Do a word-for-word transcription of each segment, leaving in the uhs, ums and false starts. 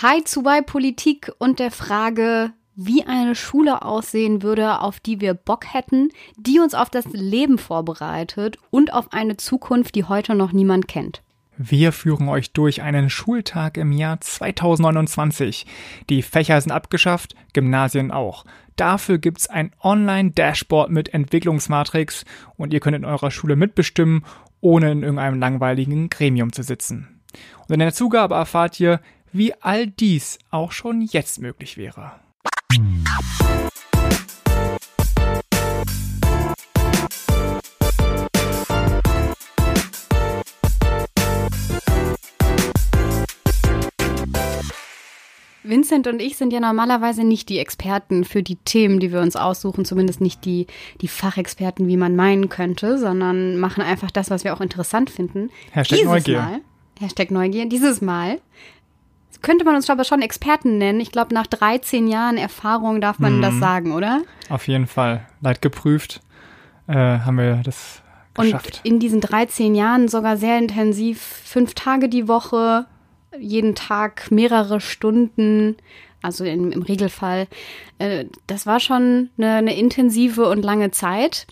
Hi zu bei Politik und der Frage, wie eine Schule aussehen würde, auf die wir Bock hätten, die uns auf das Leben vorbereitet und auf eine Zukunft, die heute noch niemand kennt. Wir führen euch durch einen Schultag im Jahr zweitausendneunundzwanzig. Die Fächer sind abgeschafft, Gymnasien auch. Dafür gibt's ein Online-Dashboard mit Entwicklungsmatrix und ihr könnt in eurer Schule mitbestimmen, ohne in irgendeinem langweiligen Gremium zu sitzen. Und in der Zugabe erfahrt ihr, wie all dies auch schon jetzt möglich wäre. Vincent und ich sind ja normalerweise nicht die Experten für die Themen, die wir uns aussuchen, zumindest nicht die, die Fachexperten, wie man meinen könnte, sondern machen einfach das, was wir auch interessant finden. Hashtag Dieses Neugier. Mal, Hashtag Neugier, dieses Mal könnte man uns, glaube ich, schon Experten nennen. Ich glaube, nach dreizehn Jahren Erfahrung darf man hm. das sagen, oder? Auf jeden Fall. Leidgeprüft äh, haben wir das geschafft. Und in diesen dreizehn Jahren sogar sehr intensiv, fünf Tage die Woche, jeden Tag mehrere Stunden, also im, im Regelfall. Äh, das war schon eine, eine intensive und lange Zeit.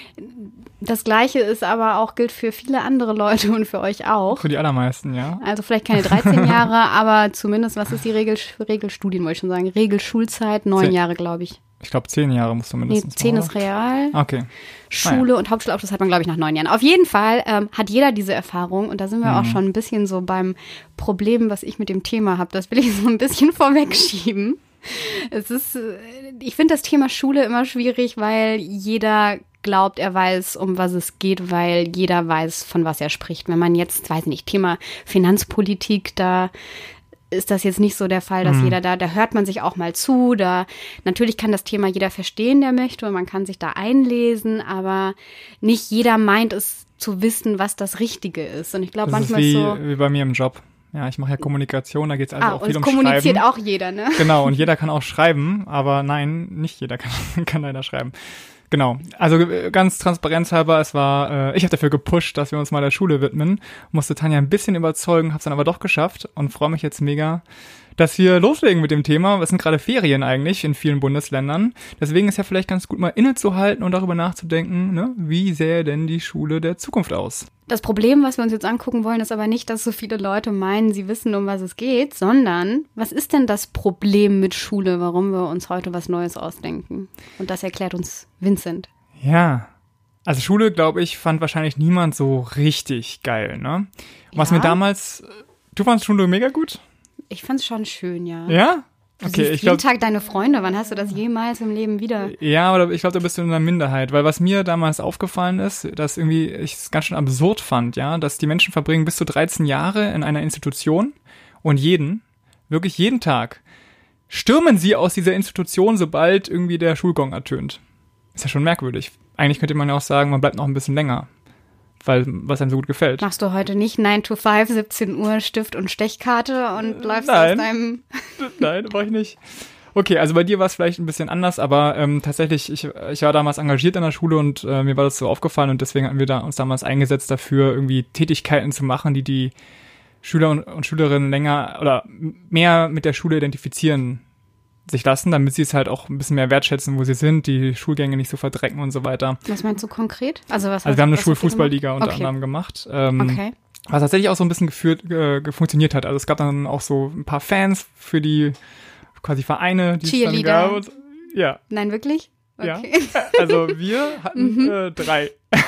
Das Gleiche ist aber auch, gilt für viele andere Leute und für euch auch. Für die allermeisten, ja. Also vielleicht keine dreizehn Jahre, aber zumindest, was ist die Regel, Regelstudien, wollte ich schon sagen, Regelschulzeit, neun Zehn. Jahre, glaube ich. Ich glaube, zehn Jahre musst du mindestens. Nee, zehn machen, ist real. Okay. Schule ah, ja. und Hauptschulabschluss hat man, glaube ich, nach neun Jahren. Auf jeden Fall ähm, hat jeder diese Erfahrung und da sind wir mhm. auch schon ein bisschen so beim Problem, was ich mit dem Thema habe. Das will ich so ein bisschen vorwegschieben. Es ist, ich finde das Thema Schule immer schwierig, weil jeder glaubt, er weiß, um was es geht, weil jeder weiß, von was er spricht. Wenn man jetzt, weiß nicht, Thema Finanzpolitik, da ist das jetzt nicht so der Fall, dass mhm. jeder da, da hört man sich auch mal zu, da, natürlich kann das Thema jeder verstehen, der möchte, und man kann sich da einlesen, aber nicht jeder meint es zu wissen, was das Richtige ist. Und ich glaube, manchmal ist wie, so. wie bei mir im Job. Ja, ich mache ja Kommunikation, da geht es also ah, auch viel und um Schreiben. kommuniziert auch jeder, ne? Genau, und jeder kann auch schreiben, aber nein, nicht jeder kann, kann leider schreiben. Genau, also ganz transparenzhalber, es war, äh, ich habe dafür gepusht, dass wir uns mal der Schule widmen, musste Tanja ein bisschen überzeugen, habe es dann aber doch geschafft und freue mich jetzt mega, dass wir loslegen mit dem Thema. Es sind gerade Ferien eigentlich in vielen Bundesländern, deswegen ist ja vielleicht ganz gut mal innezuhalten und darüber nachzudenken, ne, wie sähe denn die Schule der Zukunft aus? Das Problem, was wir uns jetzt angucken wollen, ist aber nicht, dass so viele Leute meinen, sie wissen, um was es geht, sondern was ist denn das Problem mit Schule, warum wir uns heute was Neues ausdenken? Und das erklärt uns Vincent. Ja, also Schule, glaube ich, fand wahrscheinlich niemand so richtig geil, ne? Was ja. mir damals, du fandst Schule mega gut? Ich fand's schon schön, ja. Ja? Du okay, siehst ich jeden glaub, Tag deine Freunde. Wann hast du das jemals im Leben wieder? Ja, aber ich glaube, da bist du in einer Minderheit. Weil was mir damals aufgefallen ist, dass irgendwie ich es ganz schön absurd fand, ja, dass die Menschen verbringen bis zu dreizehn Jahre in einer Institution und jeden, wirklich jeden Tag, stürmen sie aus dieser Institution, sobald irgendwie der Schulgong ertönt. Ist ja schon merkwürdig. Eigentlich könnte man ja auch sagen, man bleibt noch ein bisschen länger, weil was einem so gut gefällt. Machst du heute nicht nine to five, siebzehn Uhr, Stift und Stechkarte und äh, läufst nein. aus deinem... Nein, mach ich nicht. Okay, also bei dir war es vielleicht ein bisschen anders, aber ähm, tatsächlich, ich, ich war damals engagiert in der Schule und äh, mir war das so aufgefallen und deswegen hatten wir da, uns damals eingesetzt dafür, irgendwie Tätigkeiten zu machen, die die Schüler und, und Schülerinnen länger oder mehr mit der Schule identifizieren sich lassen, damit sie es halt auch ein bisschen mehr wertschätzen, wo sie sind, die Schulgänge nicht so verdrecken und so weiter. Was meinst du konkret? Also was? Also wir haben eine was Schulfußballliga unter okay. anderem gemacht. Ähm, okay. Was tatsächlich auch so ein bisschen geführt, äh, funktioniert hat. Also es gab dann auch so ein paar Fans für die quasi Vereine, die es dann gab. Und, ja. Nein, wirklich? Okay. Ja. Also wir hatten äh, drei.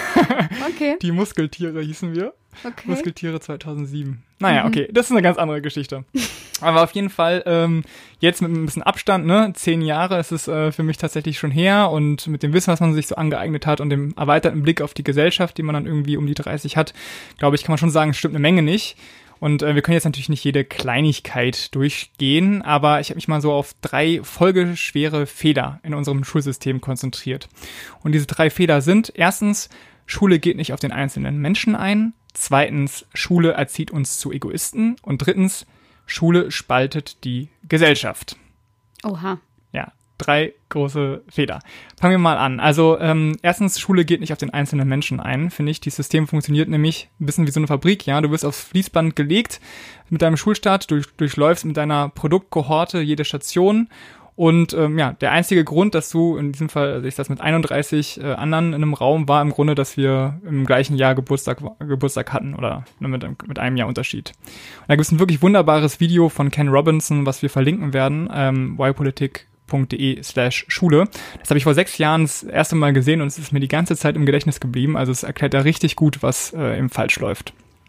Okay. Die Muskeltiere hießen wir. Okay. Muskeltiere zweitausendsieben. Naja, okay, das ist eine ganz andere Geschichte. Aber auf jeden Fall, ähm, jetzt mit ein bisschen Abstand, ne, zehn Jahre ist es äh, für mich tatsächlich schon her und mit dem Wissen, was man sich so angeeignet hat und dem erweiterten Blick auf die Gesellschaft, die man dann irgendwie um die dreißig hat, glaube ich, kann man schon sagen, es stimmt eine Menge nicht. Und äh, wir können jetzt natürlich nicht jede Kleinigkeit durchgehen, aber ich habe mich mal so auf drei folgeschwere Fehler in unserem Schulsystem konzentriert. Und diese drei Fehler sind, erstens, Schule geht nicht auf den einzelnen Menschen ein. Zweitens, Schule erzieht uns zu Egoisten. Und drittens, Schule spaltet die Gesellschaft. Oha. Ja, drei große Fehler. Fangen wir mal an. Also ähm, erstens, Schule geht nicht auf den einzelnen Menschen ein, finde ich. Dieses System funktioniert nämlich ein bisschen wie so eine Fabrik, ja. Du wirst aufs Fließband gelegt mit deinem Schulstart, durch, durchläufst mit deiner Produktkohorte jede Station. Und ähm, ja, der einzige Grund, dass du in diesem Fall, also ich saß mit einunddreißig äh, anderen in einem Raum, war im Grunde, dass wir im gleichen Jahr Geburtstag Geburtstag hatten oder nur mit, mit einem Jahr Unterschied. Und da gibt es ein wirklich wunderbares Video von Ken Robinson, was wir verlinken werden, ähm, ypolitik.de slash Schule. Das habe ich vor sechs Jahren das erste Mal gesehen und es ist mir die ganze Zeit im Gedächtnis geblieben. Also es erklärt da richtig gut, was äh, eben falsch läuft.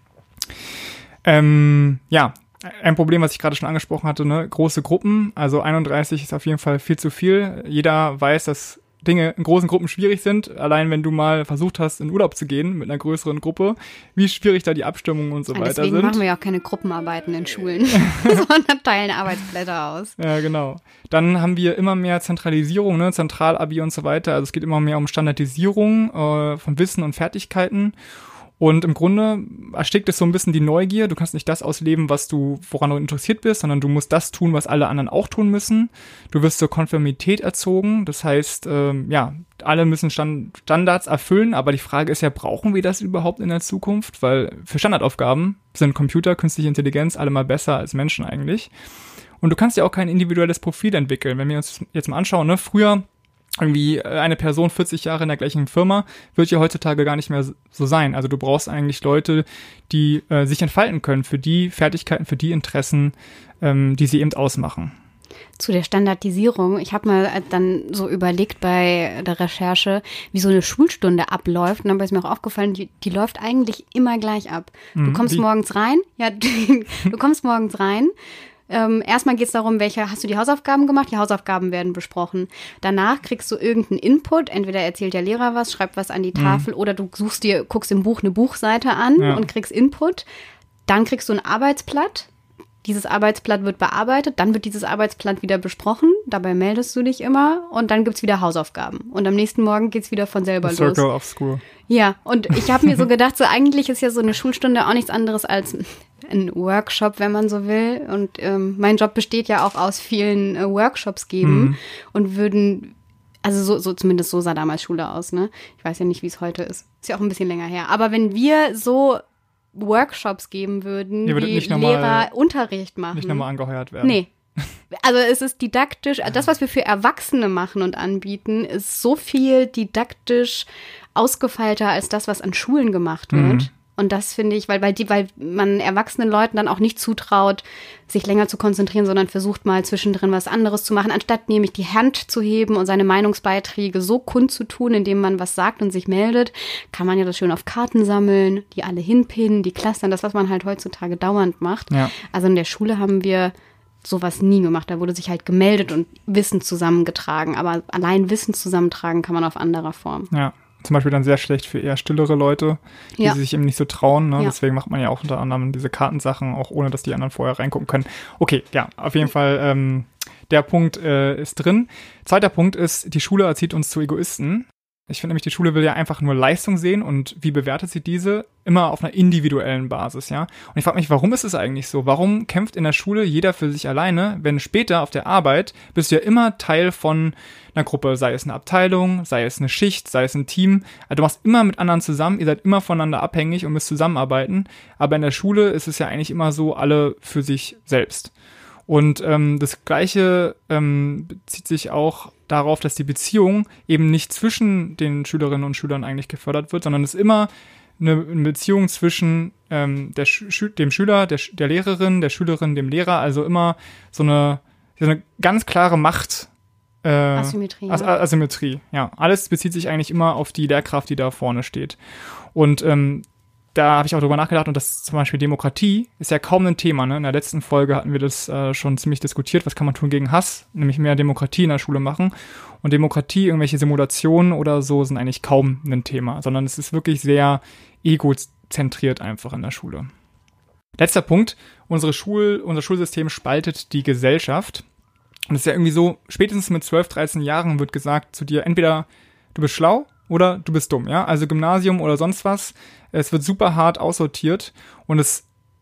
Ähm, ja, ein Problem, was ich gerade schon angesprochen hatte, ne, große Gruppen, also einunddreißig ist auf jeden Fall viel zu viel. Jeder weiß, dass Dinge in großen Gruppen schwierig sind. Allein wenn du mal versucht hast, in Urlaub zu gehen mit einer größeren Gruppe, wie schwierig da die Abstimmungen und so und weiter sind. Deswegen machen wir ja auch keine Gruppenarbeiten in Schulen, sondern teilen Arbeitsblätter aus. Ja, genau. Dann haben wir immer mehr Zentralisierung, ne, Zentralabi und so weiter. Also es geht immer mehr um Standardisierung äh, von Wissen und Fertigkeiten. Und im Grunde erstickt es so ein bisschen die Neugier. Du kannst nicht das ausleben, was du, woran du interessiert bist, sondern du musst das tun, was alle anderen auch tun müssen. Du wirst zur Konformität erzogen. Das heißt, ähm, ja, alle müssen Stand- Standards erfüllen. Aber die Frage ist ja, brauchen wir das überhaupt in der Zukunft? Weil für Standardaufgaben sind Computer, künstliche Intelligenz alle mal besser als Menschen eigentlich. Und du kannst ja auch kein individuelles Profil entwickeln. Wenn wir uns jetzt mal anschauen, ne, früher irgendwie eine Person vierzig Jahre in der gleichen Firma wird ja heutzutage gar nicht mehr so sein. Also du brauchst eigentlich Leute, die äh, sich entfalten können für die Fertigkeiten, für die Interessen, ähm, die sie eben ausmachen. Zu der Standardisierung. Ich habe mal dann so überlegt bei der Recherche, wie so eine Schulstunde abläuft. Und dann ist mir auch aufgefallen, die, die läuft eigentlich immer gleich ab. Du Mhm, kommst wie? morgens rein. Ja, du, du kommst morgens rein. Ähm, erstmal geht es darum, welche, hast du die Hausaufgaben gemacht? Die Hausaufgaben werden besprochen. Danach kriegst du irgendeinen Input. Entweder erzählt der Lehrer was, schreibt was an die Tafel oder du suchst dir, guckst im Buch eine Buchseite an Ja. und kriegst Input. Dann kriegst du ein Arbeitsblatt. Dieses Arbeitsblatt wird bearbeitet, dann wird dieses Arbeitsblatt wieder besprochen, dabei meldest du dich immer und dann gibt's wieder Hausaufgaben. Und am nächsten Morgen geht's wieder von selber The Circle los. of School. Ja, und ich habe mir so gedacht, so eigentlich ist ja so eine Schulstunde auch nichts anderes als ein Workshop, wenn man so will. Und ähm, mein Job besteht ja auch aus vielen äh, Workshops geben Mhm. und würden, also so, so zumindest so sah damals Schule aus, ne? Ich weiß ja nicht, wie es heute ist. Ist ja auch ein bisschen länger her. Aber wenn wir so Workshops geben würden, Ihr würdet wie nicht normal- Lehrer Unterricht machen. Nicht nochmal angeheuert werden. Nee. Also es ist didaktisch, das, was wir für Erwachsene machen und anbieten, ist so viel didaktisch ausgefeilter als das, was an Schulen gemacht wird. Mhm. Und das finde ich, weil, weil, die, weil man erwachsenen Leuten dann auch nicht zutraut, sich länger zu konzentrieren, sondern versucht mal zwischendrin was anderes zu machen, anstatt nämlich die Hand zu heben und seine Meinungsbeiträge so kundzutun, indem man was sagt und sich meldet, kann man ja das schön auf Karten sammeln, die alle hinpinnen, die clustern, das, was man halt heutzutage dauernd macht. Ja. Also in der Schule haben wir sowas nie gemacht. Da wurde sich halt gemeldet und Wissen zusammengetragen. Aber allein Wissen zusammentragen kann man auf anderer Form. Ja. Zum Beispiel dann sehr schlecht für eher stillere Leute, die Ja. sich eben nicht so trauen. Ne? Ja. Deswegen macht man ja auch unter anderem diese Kartensachen, auch ohne, dass die anderen vorher reingucken können. Okay, ja, auf jeden Fall, ähm, der Punkt äh, ist drin. Zweiter Punkt ist, die Schule erzieht uns zu Egoisten. Ich finde nämlich, die Schule will ja einfach nur Leistung sehen und wie bewertet sie diese? Immer auf einer individuellen Basis, ja. Und ich frage mich, warum ist es eigentlich so? Warum kämpft in der Schule jeder für sich alleine, wenn später auf der Arbeit bist du ja immer Teil von einer Gruppe, sei es eine Abteilung, sei es eine Schicht, sei es ein Team. Also du machst immer mit anderen zusammen, ihr seid immer voneinander abhängig und müsst zusammenarbeiten. Aber in der Schule ist es ja eigentlich immer so, alle für sich selbst. Und ähm, das Gleiche ähm, bezieht sich auch darauf, dass die Beziehung eben nicht zwischen den Schülerinnen und Schülern eigentlich gefördert wird, sondern es ist immer eine, eine Beziehung zwischen ähm, der Schü- dem Schüler, der, der Lehrerin, der Schülerin, dem Lehrer, also immer so eine, so eine ganz klare Macht. Äh, Asymmetrie. As- Ja. Asymmetrie, ja. Alles bezieht sich eigentlich immer auf die Lehrkraft, die da vorne steht. Und ähm, da habe ich auch drüber nachgedacht und das zum Beispiel Demokratie ist ja kaum ein Thema. Ne? In der letzten Folge hatten wir das äh, schon ziemlich diskutiert. Was kann man tun gegen Hass? Nämlich mehr Demokratie in der Schule machen. Und Demokratie, irgendwelche Simulationen oder so sind eigentlich kaum ein Thema, sondern es ist wirklich sehr egozentriert einfach in der Schule. Letzter Punkt. Unsere Schul, unser Schulsystem spaltet die Gesellschaft. Und es ist ja irgendwie so, spätestens mit zwölf, dreizehn Jahren wird gesagt zu dir, entweder du bist schlau oder du bist dumm, ja, also Gymnasium oder sonst was. Es wird super hart aussortiert und es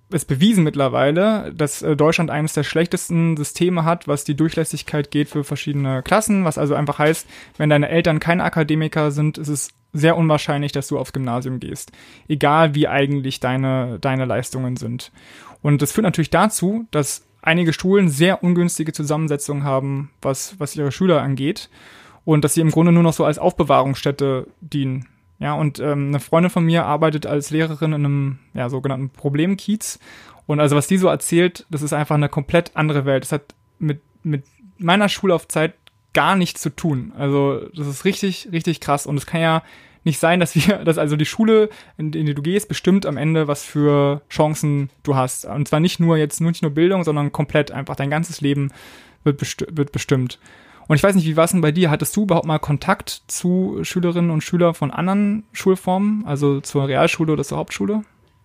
ist bewiesen mittlerweile, dass äh, Deutschland eines der schlechtesten Systeme hat, was die Durchlässigkeit geht für verschiedene Klassen, was also einfach heißt, wenn deine Eltern keine Akademiker sind, ist es sehr unwahrscheinlich, dass du aufs Gymnasium gehst. Egal wie eigentlich deine, deine Leistungen sind. Und das führt natürlich dazu, dass einige Schulen sehr ungünstige Zusammensetzungen haben, was, was ihre Schüler angeht. Und dass sie im Grunde nur noch so als Aufbewahrungsstätte dienen. Ja, und ähm, eine Freundin von mir arbeitet als Lehrerin in einem ja, sogenannten Problemkiez. Und also was die so erzählt, das ist einfach eine komplett andere Welt. Das hat mit, mit meiner Schullaufzeit gar nichts zu tun. Also das ist richtig, richtig krass. Und es kann ja nicht sein, dass wir, dass also die Schule, in die du gehst, bestimmt am Ende, was für Chancen du hast. Und zwar nicht nur jetzt, nur nicht nur Bildung, sondern komplett einfach dein ganzes Leben wird, besti- wird bestimmt. Und ich weiß nicht, wie war es denn bei dir? Hattest du überhaupt mal Kontakt zu Schülerinnen und Schülern von anderen Schulformen, also zur Realschule oder zur Hauptschule?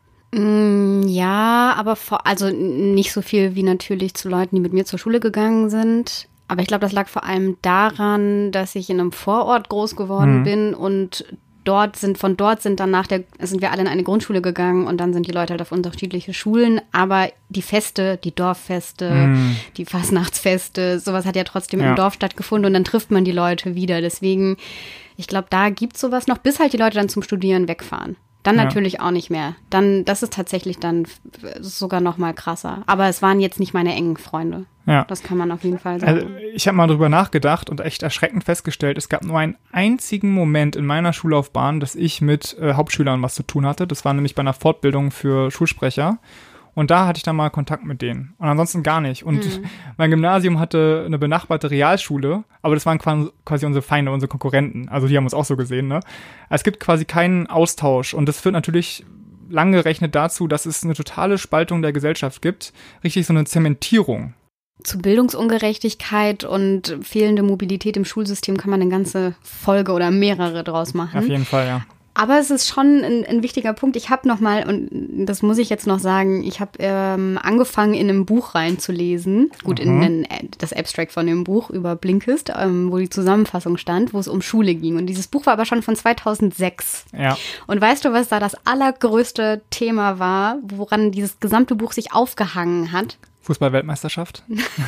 Mm, ja, aber vor, also nicht so viel wie natürlich zu Leuten, die mit mir zur Schule gegangen sind. Aber ich glaube, das lag vor allem daran, dass ich in einem Vorort groß geworden mhm. bin und dort sind, von dort sind dann nach der, sind wir alle in eine Grundschule gegangen und dann sind die Leute halt auf unterschiedliche Schulen, aber die Feste, die Dorffeste, mm. die Fastnachtsfeste, sowas hat ja trotzdem ja. im Dorf stattgefunden und dann trifft man die Leute wieder, deswegen, ich glaube, da gibt's sowas noch, bis halt die Leute dann zum Studieren wegfahren. Dann ja. natürlich auch nicht mehr. Dann, das ist tatsächlich dann sogar noch mal krasser. Aber es waren jetzt nicht meine engen Freunde. Ja. Das kann man auf jeden Fall sagen. Also ich habe mal drüber nachgedacht und echt erschreckend festgestellt, es gab nur einen einzigen Moment in meiner Schullaufbahn, dass ich mit äh, Hauptschülern was zu tun hatte. Das war nämlich bei einer Fortbildung für Schulsprecher. Und da hatte ich dann mal Kontakt mit denen. Und ansonsten gar nicht. Und mhm. mein Gymnasium hatte eine benachbarte Realschule, aber das waren quasi unsere Feinde, unsere Konkurrenten. Also die haben uns auch so gesehen, ne? Es gibt quasi keinen Austausch. Und das führt natürlich lang gerechnet dazu, dass es eine totale Spaltung der Gesellschaft gibt. Richtig so eine Zementierung. Zu Bildungsungerechtigkeit und fehlende Mobilität im Schulsystem kann man eine ganze Folge oder mehrere draus machen. Auf jeden Fall, ja. Aber es ist schon ein, ein wichtiger Punkt. Ich habe noch mal, und das muss ich jetzt noch sagen, ich habe ähm, angefangen, in einem Buch reinzulesen. Gut, mhm. in, in das Abstract von dem Buch über Blinkist, ähm, wo die Zusammenfassung stand, wo es um Schule ging. Und dieses Buch war aber schon von zweitausendsechs. Ja. Und weißt du, was da das allergrößte Thema war, woran dieses gesamte Buch sich aufgehangen hat? Fußball-Weltmeisterschaft?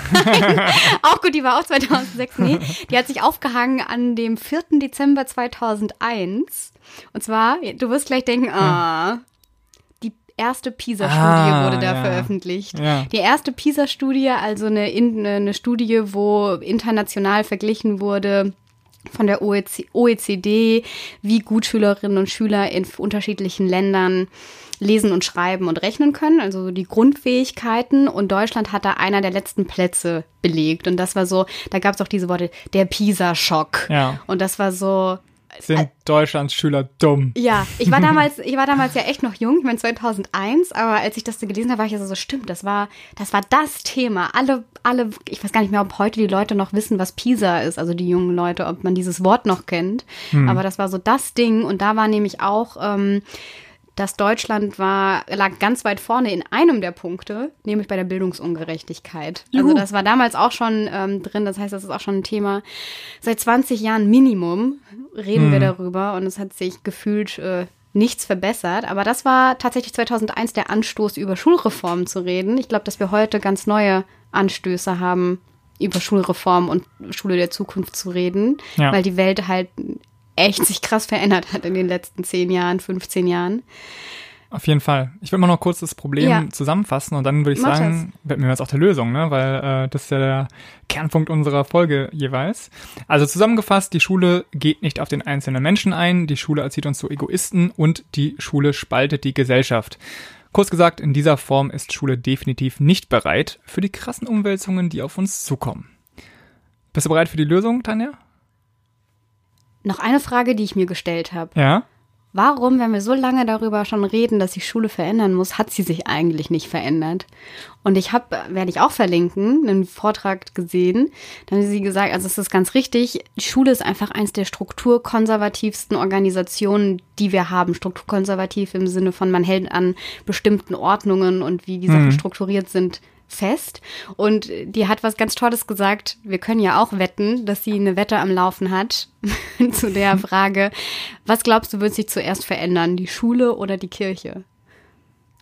Auch gut, die war auch zweitausendsechs. Nee, die hat sich aufgehangen an dem vierten Dezember zweitausendeins. Und zwar, du wirst gleich denken, ah, die erste PISA-Studie ah, wurde da ja. veröffentlicht. Ja. Die erste PISA-Studie, also eine, eine Studie, wo international verglichen wurde von der O E C D, wie gut Schülerinnen und Schüler in unterschiedlichen Ländern lesen und schreiben und rechnen können, also die Grundfähigkeiten. Und Deutschland hat da einer der letzten Plätze belegt. Und das war so, da gab es auch diese Worte, der PISA-Schock. Ja. Und das war so... Sind äh, Deutschlands Schüler dumm? Ja, ich war damals, ich war damals ja echt noch jung, ich meine zweitausendeins, aber als ich das so gelesen habe, war ich ja so, stimmt, das war, das war das Thema. Alle, alle, ich weiß gar nicht mehr, ob heute die Leute noch wissen, was PISA ist, also die jungen Leute, ob man dieses Wort noch kennt. Hm. Aber das war so das Ding. Und da war nämlich auch... Ähm, dass Deutschland war, lag ganz weit vorne in einem der Punkte, nämlich bei der Bildungsungerechtigkeit. Juhu. Also das war damals auch schon ähm, drin, das heißt, das ist auch schon ein Thema. Seit zwanzig Jahren Minimum reden hm. wir darüber und es hat sich gefühlt äh, nichts verbessert. Aber das war tatsächlich zweitausendeins der Anstoß, über Schulreformen zu reden. Ich glaube, dass wir heute ganz neue Anstöße haben, über Schulreform und Schule der Zukunft zu reden, ja. weil die Welt halt echt sich krass verändert hat in den letzten zehn Jahren, fünfzehn Jahren. Auf jeden Fall. Ich will mal noch kurz das Problem ja. zusammenfassen und dann würde ich Mach sagen, werden wir jetzt auch der Lösung, ne? Weil äh, das ist ja der Kernpunkt unserer Folge jeweils. Also zusammengefasst, die Schule geht nicht auf den einzelnen Menschen ein, die Schule erzieht uns zu Egoisten und die Schule spaltet die Gesellschaft. Kurz gesagt, in dieser Form ist Schule definitiv nicht bereit für die krassen Umwälzungen, die auf uns zukommen. Bist du bereit für die Lösung, Tanja? Noch eine Frage, die ich mir gestellt habe. Ja? Warum, wenn wir so lange darüber schon reden, dass sich Schule verändern muss, hat sie sich eigentlich nicht verändert? Und ich habe, werde ich auch verlinken, einen Vortrag gesehen, da haben sie gesagt, also es ist ganz richtig, die Schule ist einfach eins der strukturkonservativsten Organisationen, die wir haben. Strukturkonservativ im Sinne von, man hält an bestimmten Ordnungen und wie die Sachen mhm. strukturiert sind, fest. Und die hat was ganz Tolles gesagt. Wir können ja auch wetten, dass sie eine Wette am Laufen hat zu der Frage, was glaubst du, wird sich zuerst verändern? Die Schule oder die Kirche?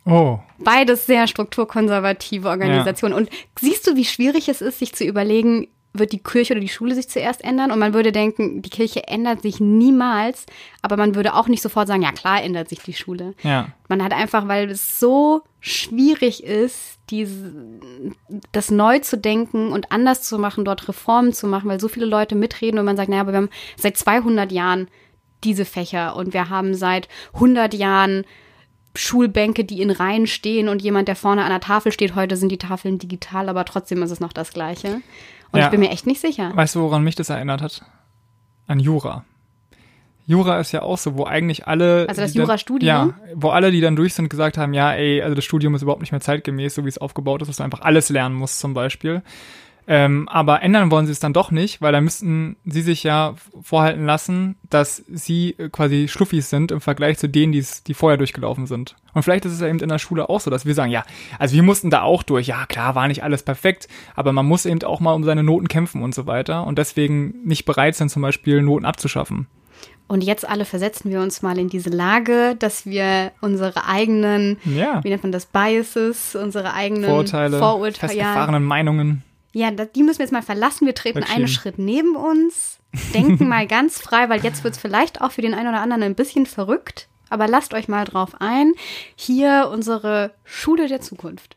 Oh. Beides sehr strukturkonservative Organisationen. Ja. Und siehst du, wie schwierig es ist, sich zu überlegen, wird die Kirche oder die Schule sich zuerst ändern? Und man würde denken, die Kirche ändert sich niemals, aber man würde auch nicht sofort sagen, ja klar ändert sich die Schule. Ja. Man hat einfach, weil es so schwierig ist, diese, das neu zu denken und anders zu machen, dort Reformen zu machen, weil so viele Leute mitreden und man sagt, naja, aber wir haben seit zweihundert Jahren diese Fächer und wir haben seit hundert Jahren Schulbänke, die in Reihen stehen und jemand, der vorne an der Tafel steht. Heute sind die Tafeln digital, aber trotzdem ist es noch das Gleiche. Und ja, ich bin mir echt nicht sicher. Weißt du, woran mich das erinnert hat? An Jura. Jura ist ja auch so, wo eigentlich alle... Also das Jurastudium? Ja, wo alle, die dann durch sind, gesagt haben, ja, ey, also das Studium ist überhaupt nicht mehr zeitgemäß, so wie es aufgebaut ist, dass du einfach alles lernen musst zum Beispiel. Ähm, aber ändern wollen sie es dann doch nicht, weil da müssten sie sich ja vorhalten lassen, dass sie quasi Schluffis sind im Vergleich zu denen, die's, die vorher durchgelaufen sind. Und vielleicht ist es ja eben in der Schule auch so, dass wir sagen, ja, also wir mussten da auch durch. Ja, klar, war nicht alles perfekt, aber man muss eben auch mal um seine Noten kämpfen und so weiter und deswegen nicht bereit sind, zum Beispiel Noten abzuschaffen. Und jetzt alle versetzen wir uns mal in diese Lage, dass wir unsere eigenen, ja. wie nennt man das, Biases, unsere eigenen Vorurteile, Vorurteile, festgefahrenen Meinungen. Ja, die müssen wir jetzt mal verlassen. Wir treten einen Schritt neben uns, denken mal ganz frei, weil jetzt wird es vielleicht auch für den einen oder anderen ein bisschen verrückt. Aber lasst euch mal drauf ein. Hier unsere Schule der Zukunft.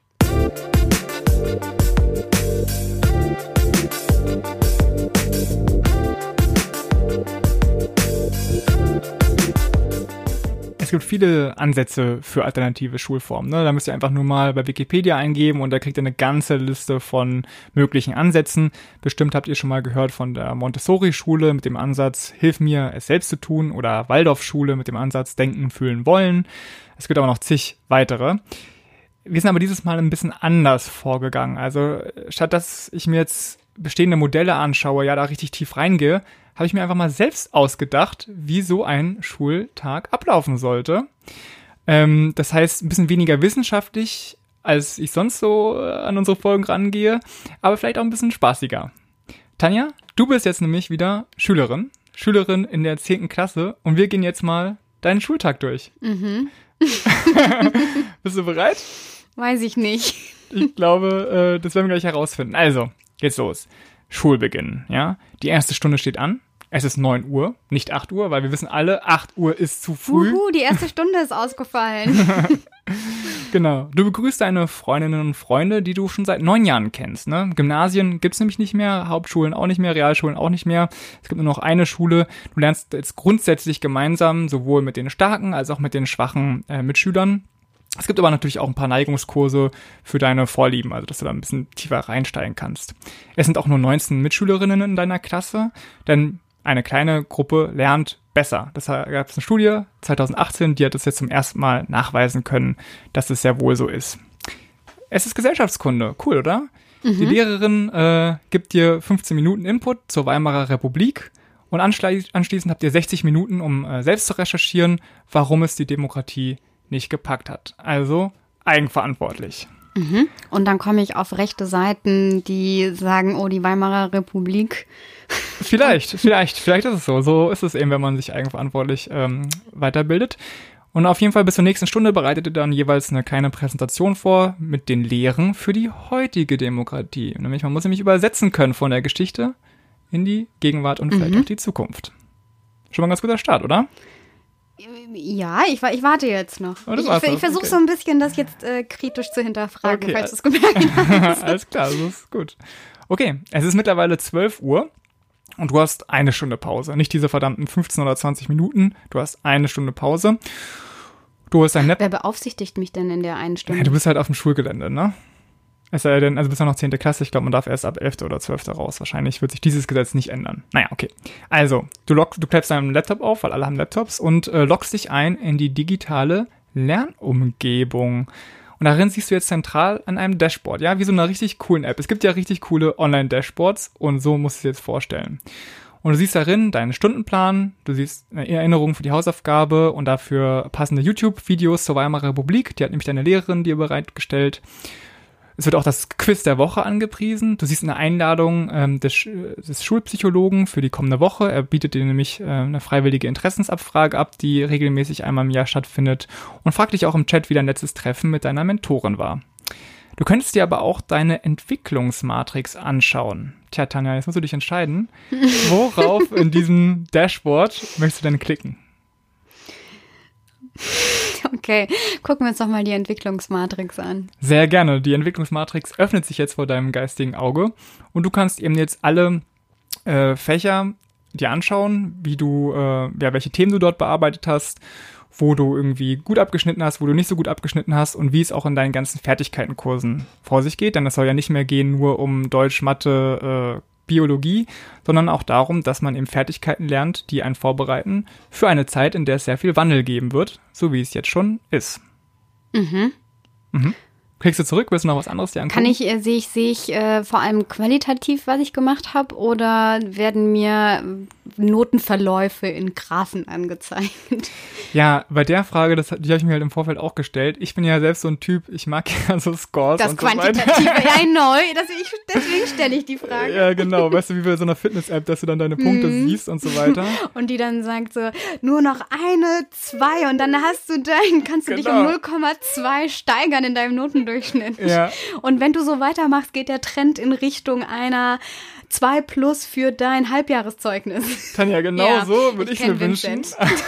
Es gibt viele Ansätze für alternative Schulformen. Ne? Da müsst ihr einfach nur mal bei Wikipedia eingeben und da kriegt ihr eine ganze Liste von möglichen Ansätzen. Bestimmt habt ihr schon mal gehört von der Montessori-Schule mit dem Ansatz, hilf mir, es selbst zu tun, oder Waldorf-Schule mit dem Ansatz, denken, fühlen, wollen. Es gibt aber noch zig weitere. Wir sind aber dieses Mal ein bisschen anders vorgegangen. Also statt dass ich mir jetzt bestehende Modelle anschaue, ja, da richtig tief reingehe, habe ich mir einfach mal selbst ausgedacht, wie so ein Schultag ablaufen sollte. Ähm, das heißt, ein bisschen weniger wissenschaftlich, als ich sonst so an unsere Folgen rangehe, aber vielleicht auch ein bisschen spaßiger. Tanja, du bist jetzt nämlich wieder Schülerin, Schülerin in der zehnten Klasse und wir gehen jetzt mal deinen Schultag durch. Mhm. Bist du bereit? Weiß ich nicht. Ich glaube, äh, das werden wir gleich herausfinden. Also, geht's los. Schulbeginn, ja. Die erste Stunde steht an. Es ist neun Uhr, nicht acht Uhr, weil wir wissen alle, acht Uhr ist zu früh. Uhu, die erste Stunde ist ausgefallen. Genau. Du begrüßt deine Freundinnen und Freunde, die du schon seit neun Jahren kennst. Ne? Gymnasien gibt's nämlich nicht mehr, Hauptschulen auch nicht mehr, Realschulen auch nicht mehr. Es gibt nur noch eine Schule. Du lernst jetzt grundsätzlich gemeinsam, sowohl mit den starken als auch mit den schwachen äh, Mitschülern. Es gibt aber natürlich auch ein paar Neigungskurse für deine Vorlieben, also dass du da ein bisschen tiefer reinsteigen kannst. Es sind auch nur neunzehn Mitschülerinnen in deiner Klasse, denn eine kleine Gruppe lernt besser. Das gab es eine Studie zwanzig achtzehn, die hat das jetzt zum ersten Mal nachweisen können, dass es sehr wohl so ist. Es ist Gesellschaftskunde, cool, oder? Mhm. Die Lehrerin äh, gibt dir fünfzehn Minuten Input zur Weimarer Republik und anschli- anschließend habt ihr sechzig Minuten, um äh, selbst zu recherchieren, warum es die Demokratie nicht gepackt hat. Also eigenverantwortlich. Mhm. Und dann komme ich auf rechte Seiten, die sagen, oh, die Weimarer Republik. Vielleicht, vielleicht, vielleicht ist es so. So ist es eben, wenn man sich eigenverantwortlich ähm, weiterbildet. Und auf jeden Fall bis zur nächsten Stunde bereitet ihr dann jeweils eine kleine Präsentation vor mit den Lehren für die heutige Demokratie. Nämlich, man muss nämlich übersetzen können von der Geschichte in die Gegenwart und vielleicht mhm. auch die Zukunft. Schon mal ein ganz guter Start, oder? Ja, ich, ich warte jetzt noch. Oh, ich ich, ich versuche okay. so ein bisschen, das jetzt äh, kritisch zu hinterfragen, okay. falls du es gemerkt hast. Alles klar, das ist gut. Okay, es ist mittlerweile zwölf Uhr und du hast eine Stunde Pause. Nicht diese verdammten fünfzehn oder zwanzig Minuten, du hast eine Stunde Pause. Du hast ein Net- Wer beaufsichtigt mich denn in der einen Stunde? Ja, du bist halt auf dem Schulgelände, ne? Es sei denn, also bist ja noch zehnte Klasse, ich glaube, man darf erst ab elfte oder zwölfte raus. Wahrscheinlich wird sich dieses Gesetz nicht ändern. Naja, okay. Also, du, log, du klappst deinen Laptop auf, weil alle haben Laptops, und äh, loggst dich ein in die digitale Lernumgebung. Und darin siehst du jetzt zentral an einem Dashboard, ja, wie so einer richtig coolen App. Es gibt ja richtig coole Online-Dashboards und so musst du es jetzt vorstellen. Und du siehst darin deinen Stundenplan, du siehst eine Erinnerung für die Hausaufgabe und dafür passende YouTube-Videos zur Weimarer Republik. Die hat nämlich deine Lehrerin dir bereitgestellt. Es wird auch das Quiz der Woche angepriesen. Du siehst eine Einladung ähm, des, des Schulpsychologen für die kommende Woche. Er bietet dir nämlich äh, eine freiwillige Interessensabfrage ab, die regelmäßig einmal im Jahr stattfindet und fragt dich auch im Chat, wie dein letztes Treffen mit deiner Mentorin war. Du könntest dir aber auch deine Entwicklungsmatrix anschauen. Tja, Tanja, jetzt musst du dich entscheiden. Worauf in diesem Dashboard möchtest du denn klicken? Okay, gucken wir uns doch mal die Entwicklungsmatrix an. Sehr gerne. Die Entwicklungsmatrix öffnet sich jetzt vor deinem geistigen Auge und du kannst eben jetzt alle äh, Fächer dir anschauen, wie du, äh, ja, welche Themen du dort bearbeitet hast, wo du irgendwie gut abgeschnitten hast, wo du nicht so gut abgeschnitten hast und wie es auch in deinen ganzen Fertigkeitenkursen vor sich geht. Denn es soll ja nicht mehr gehen nur um Deutsch, Mathe, äh, Biologie, sondern auch darum, dass man eben Fertigkeiten lernt, die einen vorbereiten für eine Zeit, in der es sehr viel Wandel geben wird, so wie es jetzt schon ist. Mhm. Mhm. Kriegst du zurück? Willst du noch was anderes dir angucken? Kann ich, äh, sehe ich, sehe ich äh, vor allem qualitativ, was ich gemacht habe, oder werden mir Notenverläufe in Graphen angezeigt? Ja, bei der Frage, das, die habe ich mir halt im Vorfeld auch gestellt. Ich bin ja selbst so ein Typ, ich mag ja so Scores das und so weiter. Das Quantitative, ja, neu, das, ich, deswegen stelle ich die Frage. Ja, genau, weißt du, wie bei so einer Fitness-App, dass du dann deine Punkte hm. siehst und so weiter. Und die dann sagt so, nur noch eine, zwei und dann hast du dein, kannst du genau. dich um null Komma zwei steigern in deinem Notendurchschnitt. Ja. Und wenn du so weitermachst, geht der Trend in Richtung einer zwei plus für dein Halbjahreszeugnis. Tanja, genau ja, so würde ich es mir wünschen.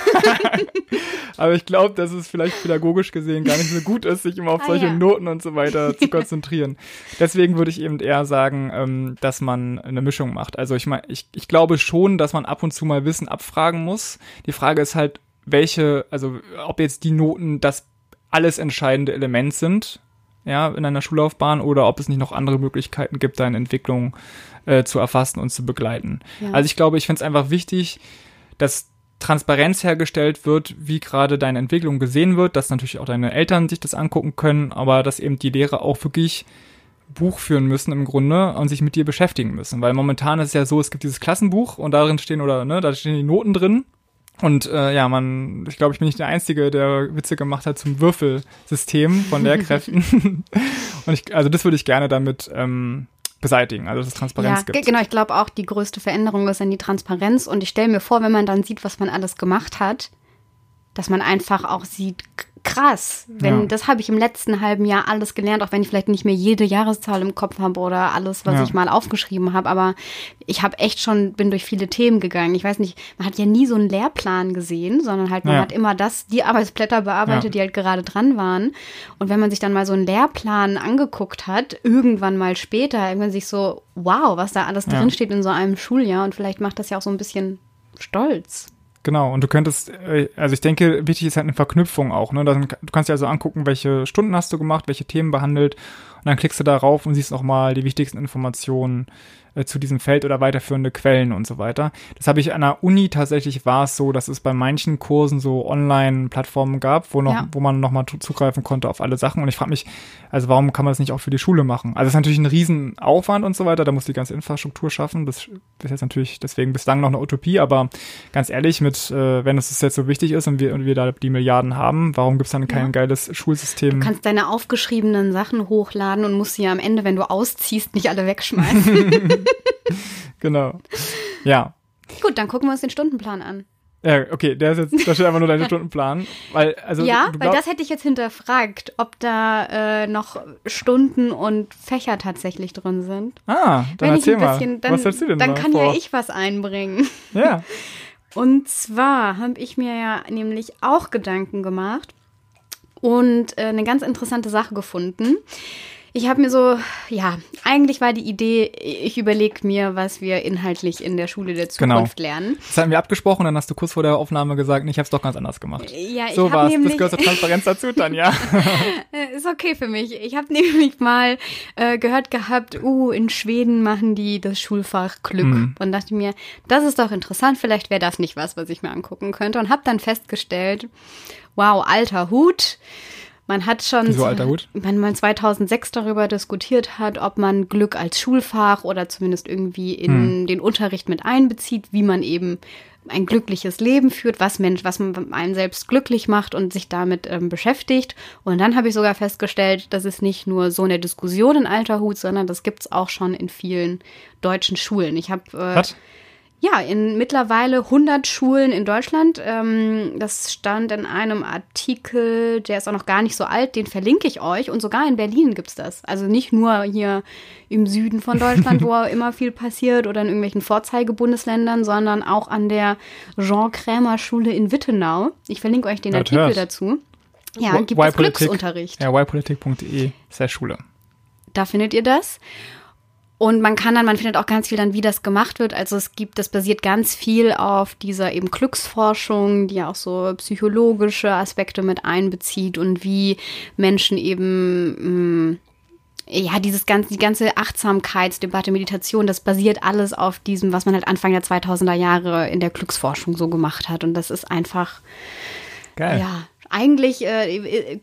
Aber ich glaube, dass es vielleicht pädagogisch gesehen gar nicht so gut ist, sich immer auf ah, solche ja. Noten und so weiter zu konzentrieren. Deswegen würde ich eben eher sagen, ähm, dass man eine Mischung macht. Also ich meine, ich, ich glaube schon, dass man ab und zu mal Wissen abfragen muss. Die Frage ist halt, welche, also ob jetzt die Noten das alles entscheidende Element sind, ja, in einer Schullaufbahn, oder ob es nicht noch andere Möglichkeiten gibt, deine Entwicklung äh, zu erfassen und zu begleiten. Ja. Also ich glaube, ich finde es einfach wichtig, dass Transparenz hergestellt wird, wie gerade deine Entwicklung gesehen wird, dass natürlich auch deine Eltern sich das angucken können, aber dass eben die Lehrer auch wirklich Buch führen müssen im Grunde und sich mit dir beschäftigen müssen. Weil momentan ist es ja so, es gibt dieses Klassenbuch und darin stehen, oder ne, da stehen die Noten drin. Und äh, ja, man, ich glaube, ich bin nicht der Einzige, der Witze gemacht hat zum Würfelsystem von Lehrkräften. Und ich, also das würde ich gerne damit ähm, beseitigen, also dass es Transparenz ja, gibt. Genau, ich glaube auch, die größte Veränderung ist dann die Transparenz. Und ich stelle mir vor, wenn man dann sieht, was man alles gemacht hat, dass man einfach auch sieht, krass, wenn ja. das habe ich im letzten halben Jahr alles gelernt, auch wenn ich vielleicht nicht mehr jede Jahreszahl im Kopf habe oder alles, was ja. ich mal aufgeschrieben habe, aber ich habe echt schon, bin durch viele Themen gegangen. Ich weiß nicht, man hat ja nie so einen Lehrplan gesehen, sondern halt man ja. hat immer das, die Arbeitsblätter bearbeitet, ja. die halt gerade dran waren. Und wenn man sich dann mal so einen Lehrplan angeguckt hat, irgendwann mal später, irgendwann sich so, wow, was da alles ja. drinsteht in so einem Schuljahr, und vielleicht macht das ja auch so ein bisschen stolz. Genau, und du könntest, also ich denke, wichtig ist halt eine Verknüpfung auch, ne? Du kannst dir also angucken, welche Stunden hast du gemacht, welche Themen behandelt, und dann klickst du da rauf und siehst nochmal die wichtigsten Informationen äh, zu diesem Feld oder weiterführende Quellen und so weiter. Das habe ich an der Uni, tatsächlich war es so, dass es bei manchen Kursen so Online-Plattformen gab, wo noch, ja. wo man nochmal zugreifen konnte auf alle Sachen, und ich frage mich, also warum kann man das nicht auch für die Schule machen? Also es ist natürlich ein Riesenaufwand und so weiter, da muss die ganze Infrastruktur schaffen, das ist jetzt natürlich deswegen bislang noch eine Utopie, aber ganz ehrlich, mit, äh, wenn es jetzt so wichtig ist und wir, und wir da die Milliarden haben, warum gibt es dann kein ja. geiles Schulsystem? Du kannst deine aufgeschriebenen Sachen hochladen und musst sie ja am Ende, wenn du ausziehst, nicht alle wegschmeißen. Genau. Ja. Gut, dann gucken wir uns den Stundenplan an. Ja, okay, der ist jetzt, da steht einfach nur dein Stundenplan. Weil, also, ja, du weil das hätte ich jetzt hinterfragt, ob da äh, noch Stunden und Fächer tatsächlich drin sind. Ah, dann Wenn erzähl bisschen, mal. Dann, was hältst du denn Dann da kann vor? ja ich was einbringen. Ja. Und zwar habe ich mir ja nämlich auch Gedanken gemacht und äh, eine ganz interessante Sache gefunden. Ich habe mir so, ja, eigentlich war die Idee, ich überlege mir, was wir inhaltlich in der Schule der Zukunft genau. lernen. Das haben wir abgesprochen, dann hast du kurz vor der Aufnahme gesagt, nee, ich habe es doch ganz anders gemacht. Ja, ich so war's. Nämlich, das gehört zur Transparenz dazu, Tanja. Ist okay für mich. Ich habe nämlich mal äh, gehört gehabt, uh, in Schweden machen die das Schulfach Glück. Mhm. Und dachte mir, das ist doch interessant, vielleicht wäre das nicht was, was ich mir angucken könnte. Und habe dann festgestellt, wow, alter Hut. Man hat schon, Wieso alter Hut? wenn man zweitausendsechs darüber diskutiert hat, ob man Glück als Schulfach oder zumindest irgendwie in hm. den Unterricht mit einbezieht, wie man eben ein glückliches Leben führt, was Mensch, was man einen selbst glücklich macht und sich damit ähm, beschäftigt. Und dann habe ich sogar festgestellt, das ist nicht nur so eine Diskussion in alter Hut, sondern das gibt's auch schon in vielen deutschen Schulen. Ich habe äh, ja in mittlerweile hundert Schulen in Deutschland. Ähm, das stand in einem Artikel, der ist auch noch gar nicht so alt, den verlinke ich euch. Und sogar in Berlin gibt's das. Also nicht nur hier im Süden von Deutschland, wo immer viel passiert oder in irgendwelchen Vorzeigebundesländern, sondern auch an der Jean-Krämer-Schule in Wittenau. Ich verlinke euch den das Artikel hört. dazu. Ja, gibt es Glücksunterricht. Ja, ypolitik punkt de ist der Schule. Da findet ihr das. Und man kann dann, man findet auch ganz viel dann, wie das gemacht wird. Also es gibt, das basiert ganz viel auf dieser eben Glücksforschung, die auch so psychologische Aspekte mit einbezieht und wie Menschen eben mh, ja, dieses ganze, die ganze Achtsamkeitsdebatte, Meditation, das basiert alles auf diesem, was man halt Anfang der zweitausender Jahre in der Glücksforschung so gemacht hat. Und das ist einfach, geil. Ja, eigentlich äh,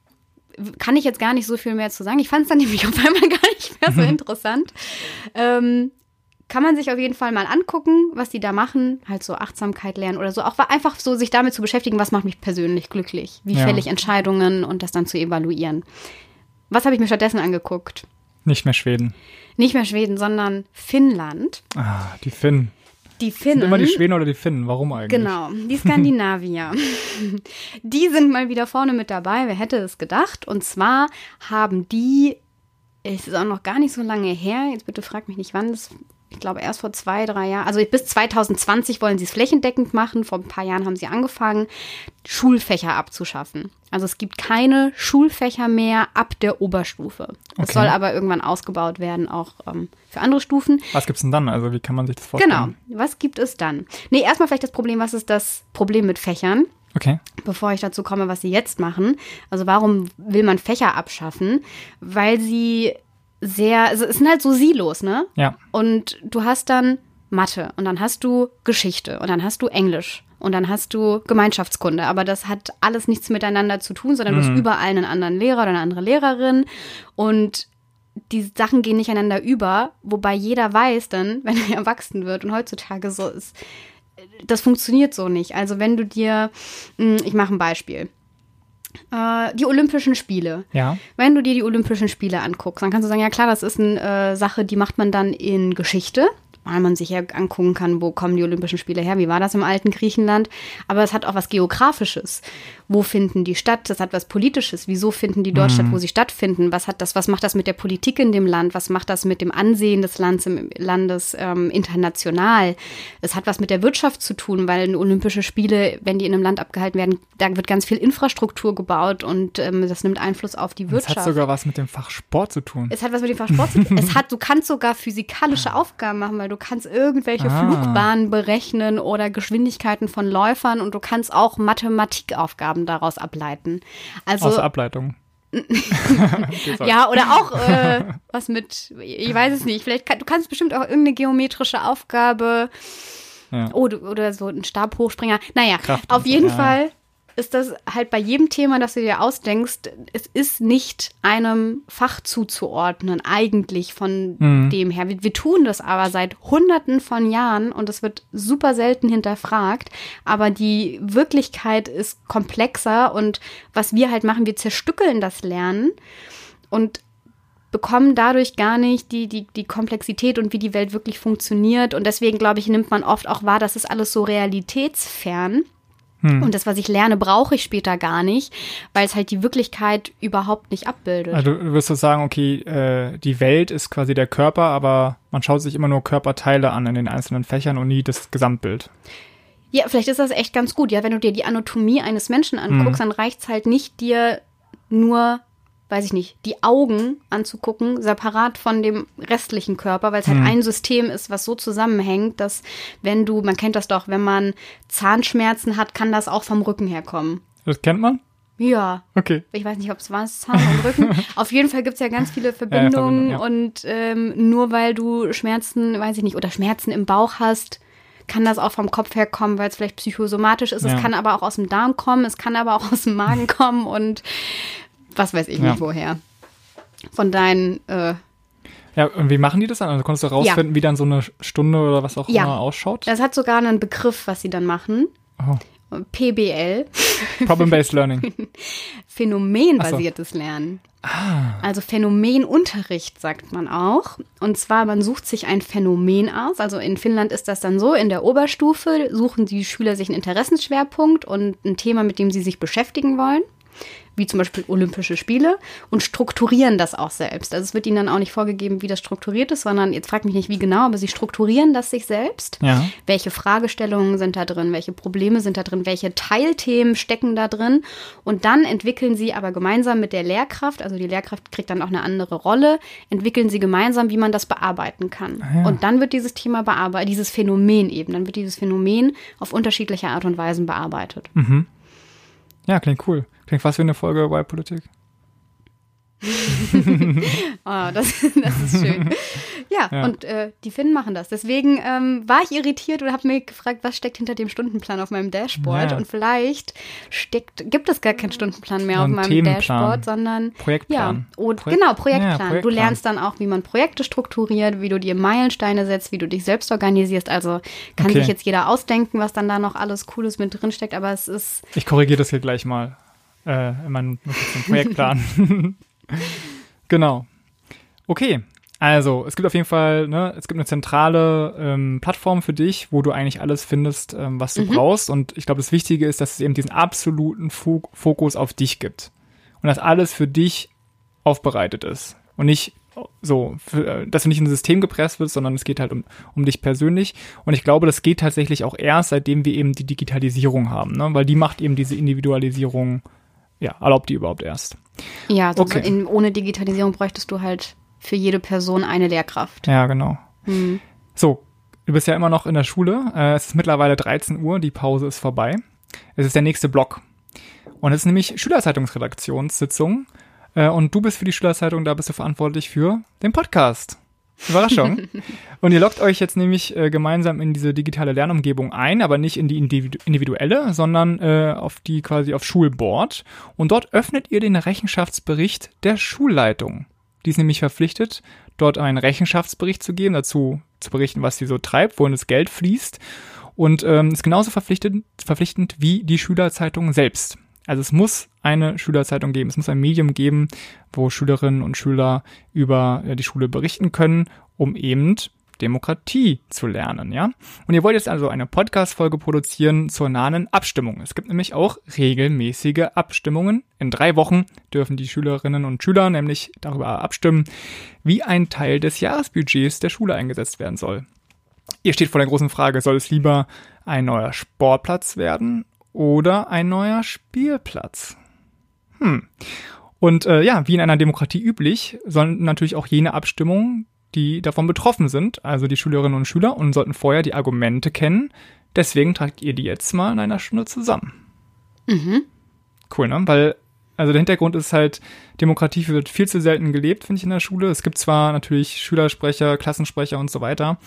kann ich jetzt gar nicht so viel mehr zu sagen. Ich fand es dann nämlich auf einmal gar nicht mehr so interessant. ähm, kann man sich auf jeden Fall mal angucken, was die da machen, halt so Achtsamkeit lernen oder so. Auch einfach so sich damit zu beschäftigen, was macht mich persönlich glücklich? Wie ja. fälle ich Entscheidungen und das dann zu evaluieren. Was habe ich mir stattdessen angeguckt? Nicht mehr Schweden. Nicht mehr Schweden, sondern Finnland. Ah, die Finnen. Die Finnen. Sind immer die Schweden oder die Finnen? Warum eigentlich? Genau, die Skandinavier. Die sind mal wieder vorne mit dabei. Wer hätte es gedacht? Und zwar haben die, es ist auch noch gar nicht so lange her, jetzt bitte frag mich nicht wann, das, ich glaube erst vor zwei, drei Jahren, also bis zwanzig zwanzig wollen sie es flächendeckend machen. Vor ein paar Jahren haben sie angefangen, Schulfächer abzuschaffen. Also es gibt keine Schulfächer mehr ab der Oberstufe. Es Okay. soll aber irgendwann ausgebaut werden, auch ähm, für andere Stufen. Was gibt's denn dann? Also wie kann man sich das vorstellen? Genau, was gibt es dann? Nee, erstmal vielleicht das Problem, was ist das Problem mit Fächern? Okay. Bevor ich dazu komme, was sie jetzt machen. Also warum will man Fächer abschaffen? Weil sie sehr, also es sind halt so Silos, ne? Ja. Und du hast dann Mathe und dann hast du Geschichte und dann hast du Englisch und dann hast du Gemeinschaftskunde. Aber das hat alles nichts miteinander zu tun, sondern Mhm. du hast überall einen anderen Lehrer oder eine andere Lehrerin und die Sachen gehen nicht einander über, wobei jeder weiß dann, wenn er erwachsen wird und heutzutage so ist, das funktioniert so nicht. Also wenn du dir, ich mache ein Beispiel, äh, die Olympischen Spiele. Ja. Wenn du dir die Olympischen Spiele anguckst, dann kannst du sagen, ja klar, das ist eine äh, Sache, die macht man dann in Geschichte, weil man sich ja angucken kann, wo kommen die Olympischen Spiele her, wie war das im alten Griechenland. Aber es hat auch was Geografisches. Wo finden die statt? Das hat was Politisches. Wieso finden die dort Mhm. statt, wo sie stattfinden? Was hat das, was macht das mit der Politik in dem Land? Was macht das mit dem Ansehen des Landes, im, Landes ähm, international? Es hat was mit der Wirtschaft zu tun, weil Olympische Spiele, wenn die in einem Land abgehalten werden, da wird ganz viel Infrastruktur gebaut und ähm, das nimmt Einfluss auf die Wirtschaft. Es hat sogar was mit dem Fach Sport zu tun. Es hat was mit dem Fach Sport zu tun. Es hat, du kannst sogar physikalische Aufgaben machen, weil du kannst irgendwelche Ah. Flugbahnen berechnen oder Geschwindigkeiten von Läufern und du kannst auch Mathematikaufgaben daraus ableiten. Also Außer Ableitung. ja, oder auch äh, was mit, ich weiß es nicht, vielleicht kann, du kannst bestimmt auch irgendeine geometrische Aufgabe Ja. oh, du- oder so ein Stabhochspringer. Naja, Kraft auf und so, jeden ja. Fall ist das halt bei jedem Thema, das du dir ausdenkst, es ist nicht einem Fach zuzuordnen, eigentlich von Mhm. dem her. Wir, wir tun das aber seit Hunderten von Jahren und es wird super selten hinterfragt, aber die Wirklichkeit ist komplexer und was wir halt machen, wir zerstückeln das Lernen und bekommen dadurch gar nicht die, die, die Komplexität und wie die Welt wirklich funktioniert. Und deswegen, glaube ich, nimmt man oft auch wahr, das ist alles so realitätsfern. Hm. Und das, was ich lerne, brauche ich später gar nicht, weil es halt die Wirklichkeit überhaupt nicht abbildet. Also du wirst so sagen, okay, äh, die Welt ist quasi der Körper, aber man schaut sich immer nur Körperteile an in den einzelnen Fächern und nie das Gesamtbild. Ja, vielleicht ist das echt ganz gut. Ja, wenn du dir die Anatomie eines Menschen anguckst, Mhm. dann reicht es halt nicht, dir nur, weiß ich nicht, die Augen anzugucken, separat von dem restlichen Körper, weil es halt Mhm. ein System ist, was so zusammenhängt, dass wenn du, man kennt das doch, wenn man Zahnschmerzen hat, kann das auch vom Rücken herkommen. Das kennt man? Ja, Okay. ich weiß nicht, ob es war, Zahn und Rücken. Auf jeden Fall gibt es ja ganz viele Verbindungen Verbindung, ja. und ähm, nur weil du Schmerzen, weiß ich nicht, oder Schmerzen im Bauch hast, kann das auch vom Kopf herkommen, weil es vielleicht psychosomatisch ist. Ja. Es kann aber auch aus dem Darm kommen, es kann aber auch aus dem Magen kommen und was weiß ich Ja. nicht woher. Von deinen, äh, Ja, und wie machen die das dann? Also konntest du rausfinden, Ja. wie dann so eine Stunde oder was auch Ja. immer ausschaut? das hat sogar einen Begriff, was sie dann machen. Oh. P B L, Problem-Based Learning. phänomenbasiertes Lernen. Ah. Also Phänomenunterricht sagt man auch. Und zwar, man sucht sich ein Phänomen aus. Also in Finnland ist das dann so, in der Oberstufe suchen die Schüler sich einen Interessensschwerpunkt und ein Thema, mit dem sie sich beschäftigen wollen, wie zum Beispiel Olympische Spiele, und strukturieren das auch selbst. Also es wird ihnen dann auch nicht vorgegeben, wie das strukturiert ist, sondern, jetzt fragt mich nicht wie genau, aber sie strukturieren das sich selbst. Ja. Welche Fragestellungen sind da drin, welche Probleme sind da drin, welche Teilthemen stecken da drin, und dann entwickeln sie aber gemeinsam mit der Lehrkraft, also die Lehrkraft kriegt dann auch eine andere Rolle, entwickeln sie gemeinsam, wie man das bearbeiten kann. Ah, ja. Und dann wird dieses Thema bearbeitet, dieses Phänomen eben, dann wird dieses Phänomen auf unterschiedliche Art und Weisen bearbeitet. Mhm. Ja, klingt cool. Klingt fast wie eine Folge bei Politik. Oh, das, das ist schön. Ja, Ja. und äh, die Finnen machen das. Deswegen ähm, war ich irritiert und habe mir gefragt, was steckt hinter dem Stundenplan auf meinem Dashboard. Ja. Und vielleicht steckt, gibt es gar keinen Stundenplan mehr So auf ein meinem Themenplan. Dashboard, sondern Projektplan. ja, und, Projekt- genau, Projektplan. Ja, Projektplan. Du lernst dann auch, wie man Projekte strukturiert, wie du dir Meilensteine setzt, wie du dich selbst organisierst. Also kann Okay. sich jetzt jeder ausdenken, was dann da noch alles Cooles mit drin steckt, aber es ist Ich korrigiere das hier gleich mal äh, in meinem Notizen- Projektplan. Genau. Okay, also es gibt auf jeden Fall, ne, es gibt eine zentrale ähm, Plattform für dich, wo du eigentlich alles findest, ähm, was du Mhm. brauchst. Und ich glaube, das Wichtige ist, dass es eben diesen absoluten Fo- Fokus auf dich gibt. Und dass alles für dich aufbereitet ist. Und nicht so, für, äh, dass du nicht in ein System gepresst wirst, sondern es geht halt um, um dich persönlich. Und ich glaube, das geht tatsächlich auch erst, seitdem wir eben die Digitalisierung haben, ne? Weil die macht eben diese Individualisierung, ja, erlaubt die überhaupt erst. ja, so Okay. in, ohne Digitalisierung bräuchtest du halt für jede Person eine Lehrkraft. Ja, genau. Mhm. So, du bist ja immer noch in der Schule. Äh, es ist mittlerweile dreizehn Uhr, die Pause ist vorbei. Es ist der nächste Block. Und es ist nämlich Schülerzeitungsredaktionssitzung. Äh, und du bist für die Schülerzeitung, da bist du verantwortlich für den Podcast. Überraschung. Und ihr loggt euch jetzt nämlich äh, gemeinsam in diese digitale Lernumgebung ein, aber nicht in die individu- individuelle, sondern äh, auf die quasi auf Schulboard. Und dort öffnet ihr den Rechenschaftsbericht der Schulleitung. Die ist nämlich verpflichtet, dort einen Rechenschaftsbericht zu geben, dazu zu berichten, was sie so treibt, wohin das Geld fließt. Und ähm, ist genauso verpflichtend, verpflichtend wie die Schülerzeitung selbst. Also es muss eine Schülerzeitung geben, es muss ein Medium geben, wo Schülerinnen und Schüler über äh, die Schule berichten können, um eben Demokratie zu lernen, ja. Und ihr wollt jetzt also eine Podcast-Folge produzieren zur nahen Abstimmung. Es gibt nämlich auch regelmäßige Abstimmungen. In drei Wochen dürfen die Schülerinnen und Schüler nämlich darüber abstimmen, wie ein Teil des Jahresbudgets der Schule eingesetzt werden soll. Ihr steht vor der großen Frage, soll es lieber ein neuer Sportplatz werden oder ein neuer Spielplatz? Hm. Und äh, ja, wie in einer Demokratie üblich, sollen natürlich auch jene Abstimmungen, die davon betroffen sind, also die Schülerinnen und Schüler, und sollten vorher die Argumente kennen. Deswegen tragt ihr die jetzt mal in einer Stunde zusammen. Mhm. Cool, ne? Weil, also der Hintergrund ist halt, Demokratie wird viel zu selten gelebt, finde ich, in der Schule. Es gibt zwar natürlich Schülersprecher, Klassensprecher und so weiter,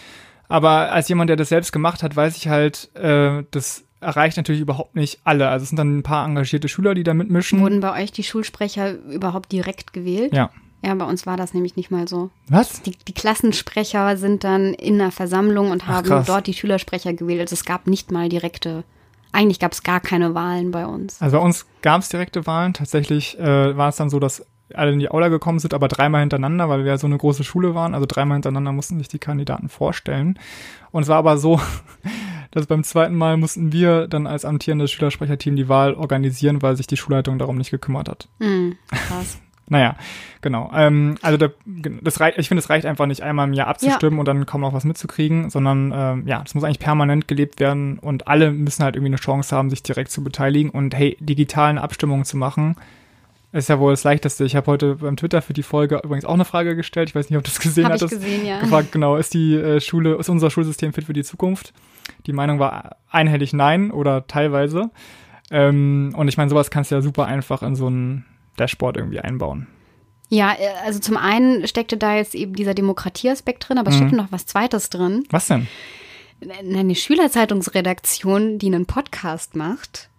aber als jemand, der das selbst gemacht hat, weiß ich halt, äh, das erreicht natürlich überhaupt nicht alle. Also es sind dann ein paar engagierte Schüler, die da mitmischen. Wurden bei euch die Schulsprecher überhaupt direkt gewählt? Ja. Ja, bei uns war das nämlich nicht mal so. Was? Die, die Klassensprecher sind dann in einer Versammlung und Ach, haben krass. dort die Schülersprecher gewählt. Also es gab nicht mal direkte, eigentlich gab es gar keine Wahlen bei uns. Also bei uns gab es direkte Wahlen. Tatsächlich äh, war es dann so, dass alle in die Aula gekommen sind, aber dreimal hintereinander, weil wir ja so eine große Schule waren. Also dreimal hintereinander mussten sich die Kandidaten vorstellen. Und es war aber so, dass beim zweiten Mal mussten wir dann als amtierendes Schülersprecherteam die Wahl organisieren, weil sich die Schulleitung darum nicht gekümmert hat. Hm, krass. Naja, genau. Ähm, also der, das reicht, ich finde, es reicht einfach nicht, einmal im Jahr abzustimmen und dann kaum noch was mitzukriegen, sondern ähm, ja, das muss eigentlich permanent gelebt werden und alle müssen halt irgendwie eine Chance haben, sich direkt zu beteiligen. Und hey, digitalen Abstimmungen zu machen, ist ja wohl das Leichteste. Ich habe heute beim Twitter für die Folge übrigens auch eine Frage gestellt. Ich weiß nicht, ob du das gesehen Habe ich hattest. gesehen, ja. Gefragt, genau, ist die äh, Schule, ist unser Schulsystem fit für die Zukunft? Die Meinung war einhellig nein oder teilweise. Ähm, und ich meine, sowas kannst du ja super einfach in so ein Dashboard irgendwie einbauen. Ja, äh, also zum einen steckte da jetzt eben dieser Demokratieaspekt drin, aber es Mhm. steckte noch was Zweites drin. Was denn? Eine Schülerzeitungsredaktion, die einen Podcast macht,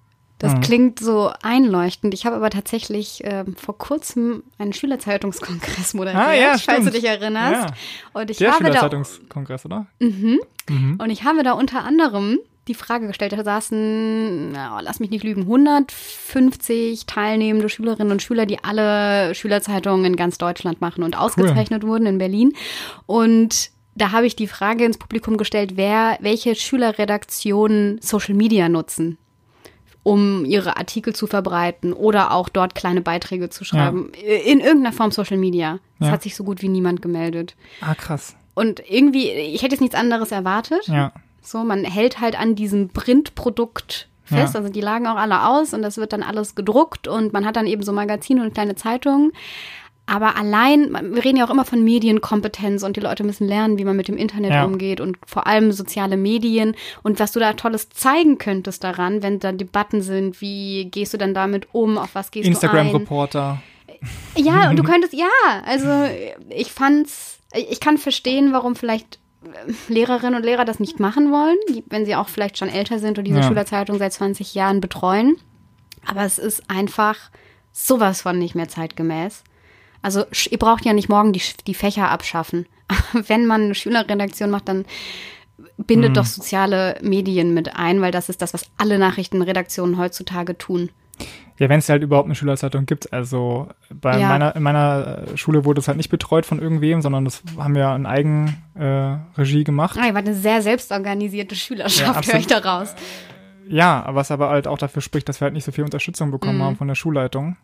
Das Mhm. klingt so einleuchtend. Ich habe aber tatsächlich ähm, vor kurzem einen Schülerzeitungskongress moderiert, Ah, ja, falls stimmt. du dich erinnerst. Ja. Und ich Der habe da Schülerzeitungskongress, oder? mhm. Mhm. Und ich habe da unter anderem die Frage gestellt, da saßen, na, lass mich nicht lügen, hundertfünfzig teilnehmende Schülerinnen und Schüler, die alle Schülerzeitungen in ganz Deutschland machen und ausgezeichnet cool. wurden in Berlin. Und da habe ich die Frage ins Publikum gestellt, wer, welche Schülerredaktionen Social Media nutzen, um ihre Artikel zu verbreiten oder auch dort kleine Beiträge zu schreiben. Ja. In irgendeiner Form Social Media. Das ja. hat sich so gut wie niemand gemeldet. Ah, krass. Und irgendwie, ich hätte jetzt nichts anderes erwartet. Ja. So, man hält halt an diesem Printprodukt fest. Ja. Also die lagen auch alle aus und das wird dann alles gedruckt und man hat dann eben so Magazine und kleine Zeitungen. Aber allein, wir reden ja auch immer von Medienkompetenz und die Leute müssen lernen, wie man mit dem Internet ja. umgeht und vor allem soziale Medien und was du da Tolles zeigen könntest daran, wenn da Debatten sind, wie gehst du dann damit um, auf was gehst Instagram du ein? Instagram-Reporter. Ja, und du könntest, ja, also ich fand's, ich kann verstehen, warum vielleicht Lehrerinnen und Lehrer das nicht machen wollen, wenn sie auch vielleicht schon älter sind und diese ja. Schülerzeitung seit zwanzig Jahren betreuen. Aber es ist einfach sowas von nicht mehr zeitgemäß. Also ihr braucht ja nicht morgen die, die Fächer abschaffen. Wenn man eine Schülerredaktion macht, dann bindet mhm. doch soziale Medien mit ein, weil das ist das, was alle Nachrichtenredaktionen heutzutage tun. Ja, wenn es halt überhaupt eine Schülerzeitung gibt. Also bei ja. meiner, in meiner Schule wurde es halt nicht betreut von irgendwem, sondern das haben wir in Eigenregie äh, gemacht. Ah, ihr wart eine sehr selbstorganisierte Schülerschaft, ja, höre ich da raus. Ja, was aber halt auch dafür spricht, dass wir halt nicht so viel Unterstützung bekommen mhm. haben von der Schulleitung.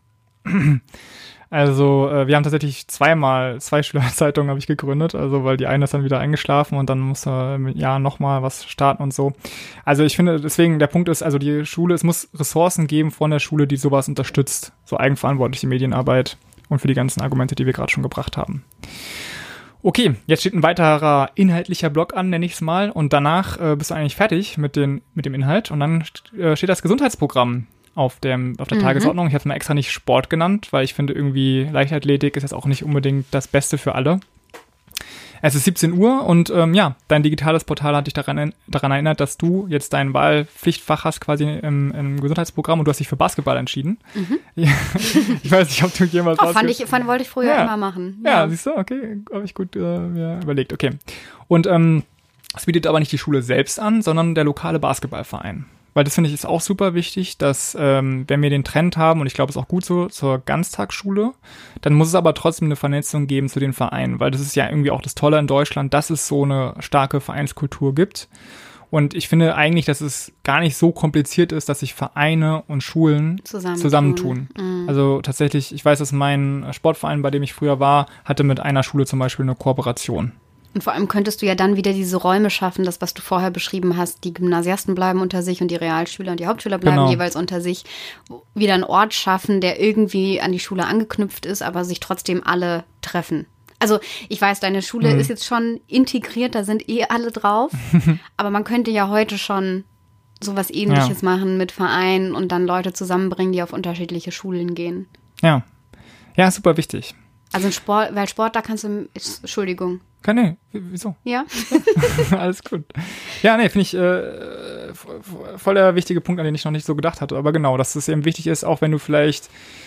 Also äh, wir haben tatsächlich zweimal, zwei Schülerzeitungen habe ich gegründet, also weil die eine ist dann wieder eingeschlafen und dann musste im Jahr nochmal was starten und so. Also ich finde, deswegen, der Punkt ist, also die Schule, es muss Ressourcen geben von der Schule, die sowas unterstützt, so eigenverantwortliche Medienarbeit und für die ganzen Argumente, die wir gerade schon gebracht haben. Okay, jetzt steht ein weiterer inhaltlicher Block an, nenne ich es mal, und danach äh, bist du eigentlich fertig mit, den, mit dem Inhalt und dann äh, steht das Gesundheitsprogramm auf, dem, auf der mhm. Tagesordnung. Ich habe es mal extra nicht Sport genannt, weil ich finde irgendwie Leichtathletik ist jetzt auch nicht unbedingt das Beste für alle. Es ist siebzehn Uhr und ähm, ja, dein digitales Portal hat dich daran, daran erinnert, dass du jetzt dein Wahlpflichtfach hast quasi im, im Gesundheitsprogramm und du hast dich für Basketball entschieden. Mhm. Ja, ich weiß nicht, ob du jemals oh, fand ich, fand, wollte ich früher ja. immer machen. Ja, ja, siehst du, okay, habe ich gut äh, mir überlegt, okay. Und ähm, das bietet aber nicht die Schule selbst an, sondern der lokale Basketballverein. Weil das finde ich ist auch super wichtig, dass ähm, wenn wir den Trend haben, und ich glaube, es ist auch gut so, zur Ganztagsschule, dann muss es aber trotzdem eine Vernetzung geben zu den Vereinen, weil das ist ja irgendwie auch das Tolle in Deutschland, dass es so eine starke Vereinskultur gibt. Und ich finde eigentlich, dass es gar nicht so kompliziert ist, dass sich Vereine und Schulen zusammentun. zusammentun. Mhm. Also tatsächlich, ich weiß, dass mein Sportverein, bei dem ich früher war, hatte mit einer Schule zum Beispiel eine Kooperation. Und vor allem könntest du ja dann wieder diese Räume schaffen, das, was du vorher beschrieben hast. Die Gymnasiasten bleiben unter sich und die Realschüler und die Hauptschüler bleiben genau. jeweils unter sich. Wieder einen Ort schaffen, der irgendwie an die Schule angeknüpft ist, aber sich trotzdem alle treffen. Also ich weiß, deine Schule mhm. ist jetzt schon integriert, da sind eh alle drauf. Aber man könnte ja heute schon sowas Ähnliches ja. machen mit Vereinen und dann Leute zusammenbringen, die auf unterschiedliche Schulen gehen. Ja, ja, super wichtig. Also Sport, weil Sport, da kannst du, Entschuldigung. Kann, nee, wieso? Ja. Alles gut. Ja, nee, finde ich äh, voll der wichtige Punkt, an den ich noch nicht so gedacht hatte. Aber genau, dass es eben wichtig ist, auch wenn du vielleicht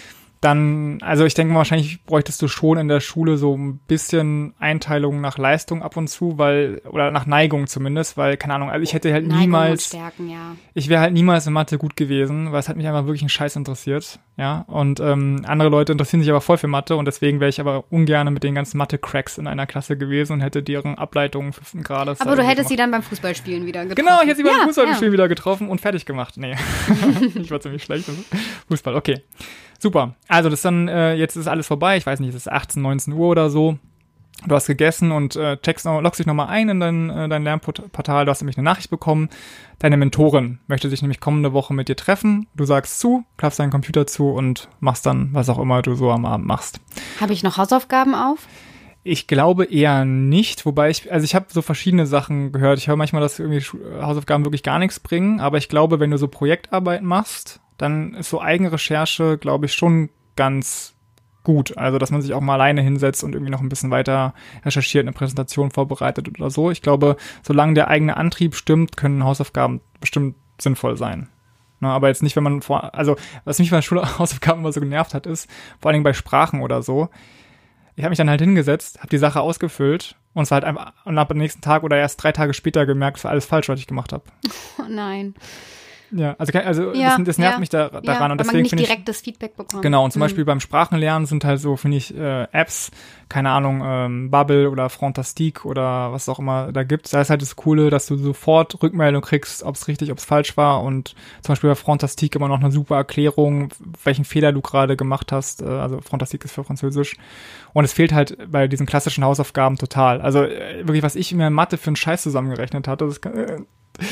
dann, also ich denke mal, wahrscheinlich bräuchtest du schon in der Schule so ein bisschen Einteilung nach Leistung ab und zu, weil, oder nach Neigung zumindest, weil, keine Ahnung, also ich hätte halt Neigung niemals, und Stärken, ja. ich wäre halt niemals in Mathe gut gewesen, weil es hat mich einfach wirklich einen Scheiß interessiert, ja, und ähm, andere Leute interessieren sich aber voll für Mathe und deswegen wäre ich aber ungern mit den ganzen Mathe-Cracks in einer Klasse gewesen und hätte deren Ableitungen fünften Grades. Aber du hättest gemacht. Sie dann beim Fußballspielen wieder getroffen. Genau, ich hätte sie beim ja, Fußballspielen ja. wieder getroffen und fertig gemacht. Nee, ich war ziemlich schlecht. Fußball, okay. Super. Also das dann, äh, jetzt ist alles vorbei. Ich weiß nicht, es ist achtzehn, neunzehn Uhr oder so. Du hast gegessen und äh, checkst noch, loggst dich nochmal ein in dein, äh, dein Lernportal. Du hast nämlich eine Nachricht bekommen. Deine Mentorin möchte sich nämlich kommende Woche mit dir treffen. Du sagst zu, klappst deinen Computer zu und machst dann, was auch immer du so am Abend machst. Habe ich noch Hausaufgaben auf? Ich glaube eher nicht, wobei ich, also ich habe so verschiedene Sachen gehört. Ich höre manchmal, dass irgendwie Hausaufgaben wirklich gar nichts bringen, aber ich glaube, wenn du so Projektarbeit machst, dann ist so Eigenrecherche, glaube ich, schon ganz gut. Also, dass man sich auch mal alleine hinsetzt und irgendwie noch ein bisschen weiter recherchiert, eine Präsentation vorbereitet oder so. Ich glaube, solange der eigene Antrieb stimmt, können Hausaufgaben bestimmt sinnvoll sein. Ne? Aber jetzt nicht, wenn man vor, also was mich bei Schulhausaufgaben immer so genervt hat, ist, vor allen Dingen bei Sprachen oder so, ich habe mich dann halt hingesetzt, habe die Sache ausgefüllt und es war halt einfach, und ab dem nächsten Tag oder erst drei Tage später gemerkt, es war alles falsch, was ich gemacht habe. Oh nein. Ja, also, also ja, das, das nervt ja, mich da, daran. ja, Und deswegen weil man nicht ich, direktes Feedback bekommt. Genau, und zum mhm. Beispiel beim Sprachenlernen sind halt so, finde ich, äh, Apps, keine Ahnung, ähm, Babbel oder Frontastic oder was auch immer da gibt. Da ist halt das Coole, dass du sofort Rückmeldung kriegst, ob es richtig, ob es falsch war. Und zum Beispiel bei Frontastic immer noch eine super Erklärung, welchen Fehler du gerade gemacht hast. Äh, also Frontastic ist für Französisch. Und es fehlt halt bei diesen klassischen Hausaufgaben total. Also äh, wirklich, was ich mir in Mathe für einen Scheiß zusammengerechnet hatte, das kann, äh,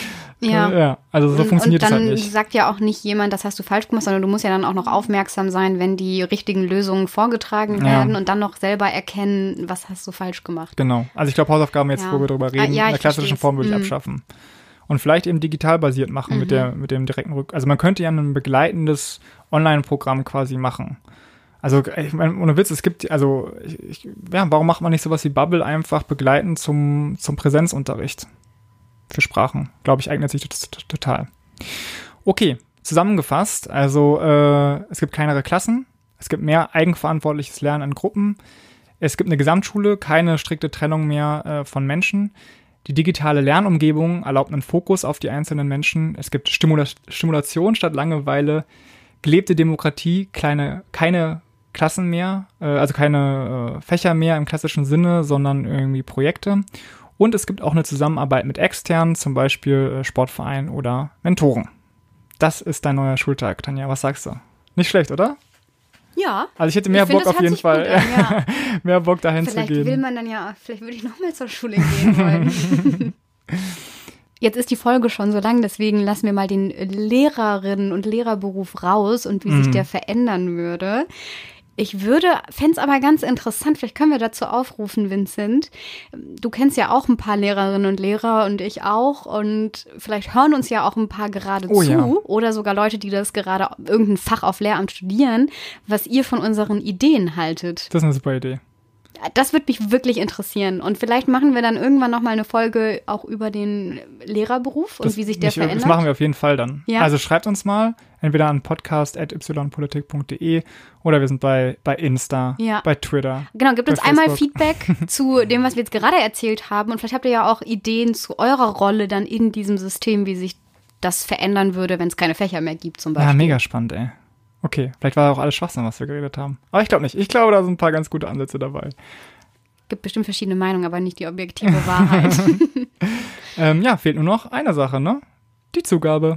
Ja. ja, also so und, funktioniert und das halt dann nicht. sagt ja auch nicht jemand, das hast du falsch gemacht, sondern du musst ja dann auch noch aufmerksam sein, wenn die richtigen Lösungen vorgetragen Ja. werden und dann noch selber erkennen, was hast du falsch gemacht. Genau. Also ich glaube, Hausaufgaben jetzt, Ja. wo wir drüber reden, Ah, ja, in der ich klassischen versteh's. Form würde ich Mhm. abschaffen. Und vielleicht eben digital basiert machen Mhm. mit der mit dem direkten Rück. Also man könnte ja ein begleitendes Online-Programm quasi machen. Also ich meine, ohne Witz, es gibt, also ich, ich, ja, warum macht man nicht sowas wie Bubble einfach begleitend zum, zum Präsenzunterricht? Für Sprachen, glaube ich, eignet sich das total. Okay, zusammengefasst, also äh, es gibt kleinere Klassen, es gibt mehr eigenverantwortliches Lernen in Gruppen, es gibt eine Gesamtschule, keine strikte Trennung mehr äh, von Menschen. Die digitale Lernumgebung erlaubt einen Fokus auf die einzelnen Menschen. Es gibt Stimula- Stimulation statt Langeweile, gelebte Demokratie, kleine, keine Klassen mehr, äh, also keine äh, Fächer mehr im klassischen Sinne, sondern irgendwie Projekte. Und es gibt auch eine Zusammenarbeit mit externen, zum Beispiel äh, Sportvereinen oder Mentoren. Das ist dein neuer Schultag, Tanja. Was sagst du? Nicht schlecht, oder? Ja. Also ich hätte mehr Ich finde, Bock es auf hört jeden sich Fall, gut an, ja. mehr Bock dahin Vielleicht zu gehen. will man dann ja, vielleicht würde ich noch mal zur Schule gehen wollen. Jetzt ist die Folge schon so lang, deswegen lassen wir mal den Lehrerinnen- und Lehrerberuf raus und wie Mhm. sich der verändern würde. Ich würde, fände es aber ganz interessant, vielleicht können wir dazu aufrufen, Vincent. Du kennst ja auch ein paar Lehrerinnen und Lehrer und ich auch und vielleicht hören uns ja auch ein paar gerade Oh, zu ja. oder sogar Leute, die das gerade irgendein Fach auf Lehramt studieren, was ihr von unseren Ideen haltet. Das ist eine super Idee. Das würde mich wirklich interessieren. Und vielleicht machen wir dann irgendwann noch mal eine Folge auch über den Lehrerberuf und Das, wie sich der mich, verändert. das machen wir auf jeden Fall dann. Ja. Also schreibt uns mal, entweder an podcast at y politik punkt de oder wir sind bei, bei Insta, Ja. bei Twitter. Genau, gibt bei uns einmal Facebook. Feedback zu dem, was wir jetzt gerade erzählt haben. Und vielleicht habt ihr ja auch Ideen zu eurer Rolle dann in diesem System, wie sich das verändern würde, wenn es keine Fächer mehr gibt zum Beispiel. Ja, mega spannend, ey. Okay, vielleicht war auch alles Schwachsinn, was wir geredet haben. Aber ich glaube nicht. Ich glaube, da sind ein paar ganz gute Ansätze dabei. Gibt bestimmt verschiedene Meinungen, aber nicht die objektive Wahrheit. Ähm, ja, fehlt nur noch eine Sache, ne? Die Zugabe.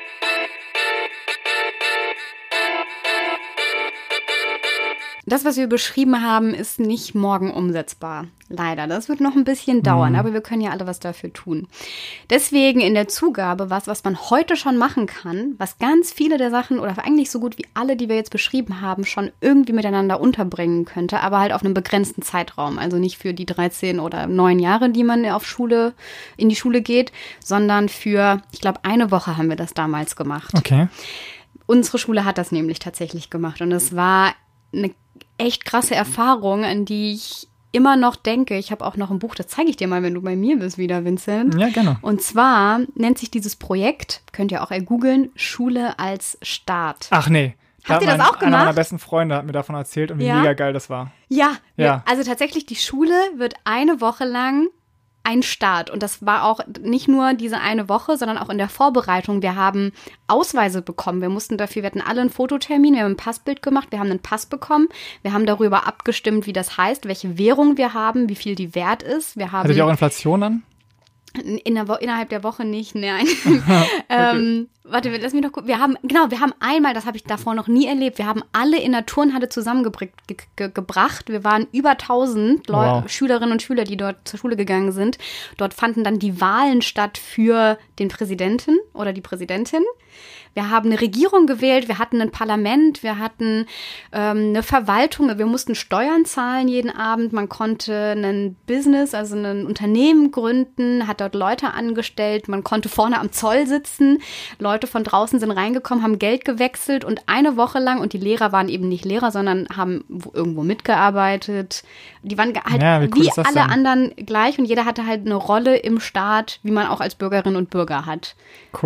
Das, was wir beschrieben haben, ist nicht morgen umsetzbar. Leider. Das wird noch ein bisschen dauern, Mhm. aber wir können ja alle was dafür tun. Deswegen in der Zugabe was, was man heute schon machen kann, was ganz viele der Sachen oder eigentlich so gut wie alle, die wir jetzt beschrieben haben, schon irgendwie miteinander unterbringen könnte, aber halt auf einem begrenzten Zeitraum. Also nicht für die dreizehn oder neun Jahre, die man auf Schule, in die Schule geht, sondern für, ich glaube, eine Woche haben wir das damals gemacht. Okay. Unsere Schule hat das nämlich tatsächlich gemacht und es war eine echt krasse Erfahrung, an die ich immer noch denke. Ich habe auch noch ein Buch, das zeige ich dir mal, wenn du bei mir bist wieder, Vincent. Ja, gerne. Und zwar nennt sich dieses Projekt, könnt ihr auch googeln, Schule als Start. Ach nee. Da Habt ihr hat das mein- auch Einer meiner gemacht? besten Freunde hat mir davon erzählt und wie Ja? mega geil das war. Ja, Ja. ja, also tatsächlich, die Schule wird eine Woche lang ein Start. Und das war auch nicht nur diese eine Woche, sondern auch in der Vorbereitung. Wir haben Ausweise bekommen. Wir mussten dafür, wir hatten alle einen Fototermin, wir haben ein Passbild gemacht, wir haben einen Pass bekommen. Wir haben darüber abgestimmt, wie das heißt, welche Währung wir haben, wie viel die wert ist. Wir haben Hattet ihr auch Inflation dann? in der Wo- innerhalb der Woche nicht, nein. ähm, warte, lass mich noch gucken. Wir haben, genau, wir haben einmal, das habe ich davor noch nie erlebt, wir haben alle in der Turnhalle zusammengebracht. Ge ge gebracht. Wir waren über tausend Leu Wow. Schülerinnen und Schüler, die dort zur Schule gegangen sind. Dort fanden dann die Wahlen statt für den Präsidenten oder die Präsidentin. Wir haben eine Regierung gewählt, wir hatten ein Parlament, wir hatten ähm, eine Verwaltung, wir mussten Steuern zahlen jeden Abend, man konnte ein Business, also ein Unternehmen gründen, hat dort Leute angestellt, man konnte vorne am Zoll sitzen, Leute von draußen sind reingekommen, haben Geld gewechselt und eine Woche lang, und die Lehrer waren eben nicht Lehrer, sondern haben wo- irgendwo mitgearbeitet, die waren ge- halt Ja, wie cool wie ist das alle denn? anderen gleich und jeder hatte halt eine Rolle im Staat, wie man auch als Bürgerinnen und Bürger hat. Cool.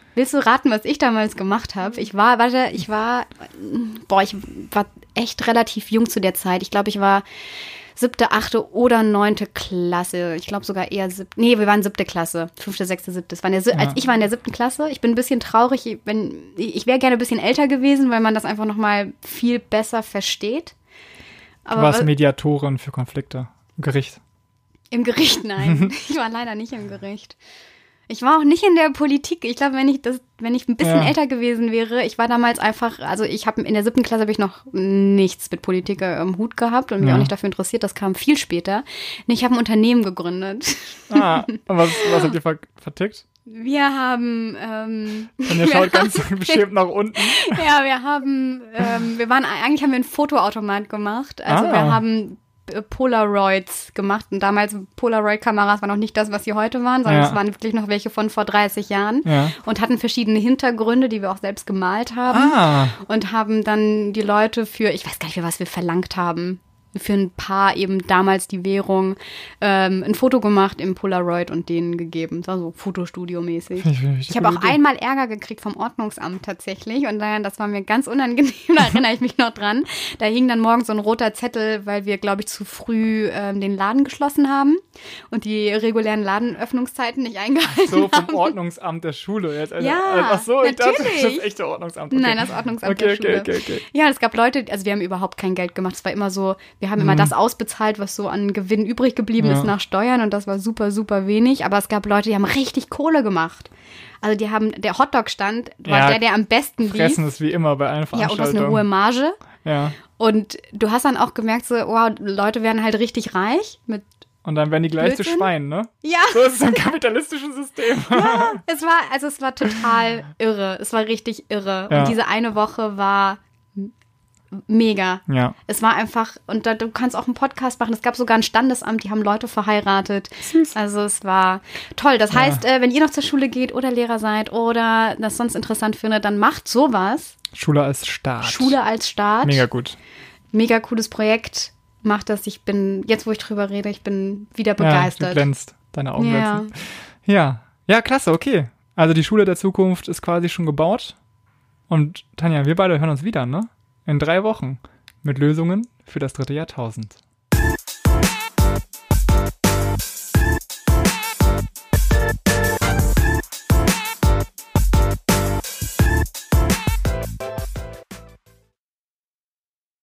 Willst du raten, was ich damals gemacht habe? Ich war, warte, ich war, boah, ich war echt relativ jung zu der Zeit. Ich glaube, ich war siebte, achte oder neunte Klasse. Ich glaube sogar eher siebte. Nee, wir waren siebte Klasse. Fünfte, sechste, siebte. Das war in der, ja. Als ich war in der siebten Klasse. Ich bin ein bisschen traurig. Wenn, ich wäre gerne ein bisschen älter gewesen, weil man das einfach nochmal viel besser versteht. Aber du warst Mediatorin für Konflikte im Gericht. Im Gericht, nein. Ich war leider nicht im Gericht. Ich war auch nicht in der Politik. Ich glaube, wenn ich das, wenn ich ein bisschen ja. älter gewesen wäre, ich war damals einfach, also ich habe in der siebten Klasse habe ich noch nichts mit Politik im Hut gehabt und mich ja. auch nicht dafür interessiert. Das kam viel später. Und ich habe ein Unternehmen gegründet. Ah, und was, was habt ihr ver- vertickt? Wir haben ähm, und ihr schaut ganz bestimmt nach unten. Ja, wir haben, ähm, wir waren, eigentlich haben wir einen Fotoautomat gemacht. Also ah. wir haben Polaroids gemacht. Und damals Polaroid-Kameras waren noch nicht das, was sie heute waren, sondern ja. es waren wirklich noch welche von vor dreißig Jahren ja. und hatten verschiedene Hintergründe, die wir auch selbst gemalt haben ah. und haben dann die Leute für, ich weiß gar nicht, für was wir verlangt haben, für ein paar eben damals die Währung, ähm, ein Foto gemacht im Polaroid und denen gegeben. Das war so Fotostudio-mäßig. Ich, ich habe auch Idee. einmal Ärger gekriegt vom Ordnungsamt tatsächlich und dann, das war mir ganz unangenehm, da erinnere ich mich noch dran. Da hing dann morgens so ein roter Zettel, weil wir, glaube ich, zu früh ähm, den Laden geschlossen haben und die regulären Ladenöffnungszeiten nicht eingehalten so, vom haben. Ordnungsamt der Schule jetzt. Also, ja, ach so, ich natürlich. dachte, das ist echte Ordnungsamt. Okay. Nein, das Ordnungsamt okay, der okay, Schule. Okay, okay, okay. Ja, es gab Leute, also wir haben überhaupt kein Geld gemacht. Es war immer so, wir haben immer mhm. das ausbezahlt, was so an Gewinn übrig geblieben ja. ist nach Steuern und das war super, super wenig. Aber es gab Leute, die haben richtig Kohle gemacht. Also die haben, der Hotdog-Stand war ja, der, der am besten lief. Fressen ist wie immer bei allen Veranstaltungen. Ja, und du hast eine hohe Marge. Ja. Und du hast dann auch gemerkt, so, wow, Leute werden halt richtig reich mit und dann werden die gleich zu Schweinen, ne? Ja. So ist es im kapitalistischen System. Ja, es war, also es war total irre. Es war richtig irre. Ja. Und diese eine Woche war mega. Ja. Es war einfach, und da, du kannst auch einen Podcast machen. Es gab sogar ein Standesamt, die haben Leute verheiratet. Süß. Also es war toll. Das ja. heißt, äh, wenn ihr noch zur Schule geht oder Lehrer seid oder das sonst interessant findet, dann macht sowas. Schule als Staat. Schule als Staat. Mega gut. Mega cooles Projekt. Macht das. Ich bin, jetzt wo ich drüber rede, ich bin wieder begeistert. Ja, du glänzt. Deine Augen ja. glänzen. Ja. Ja, klasse, okay. Also die Schule der Zukunft ist quasi schon gebaut. Und Tanja, wir beide hören uns wieder, ne? In drei Wochen mit Lösungen für das dritte Jahrtausend.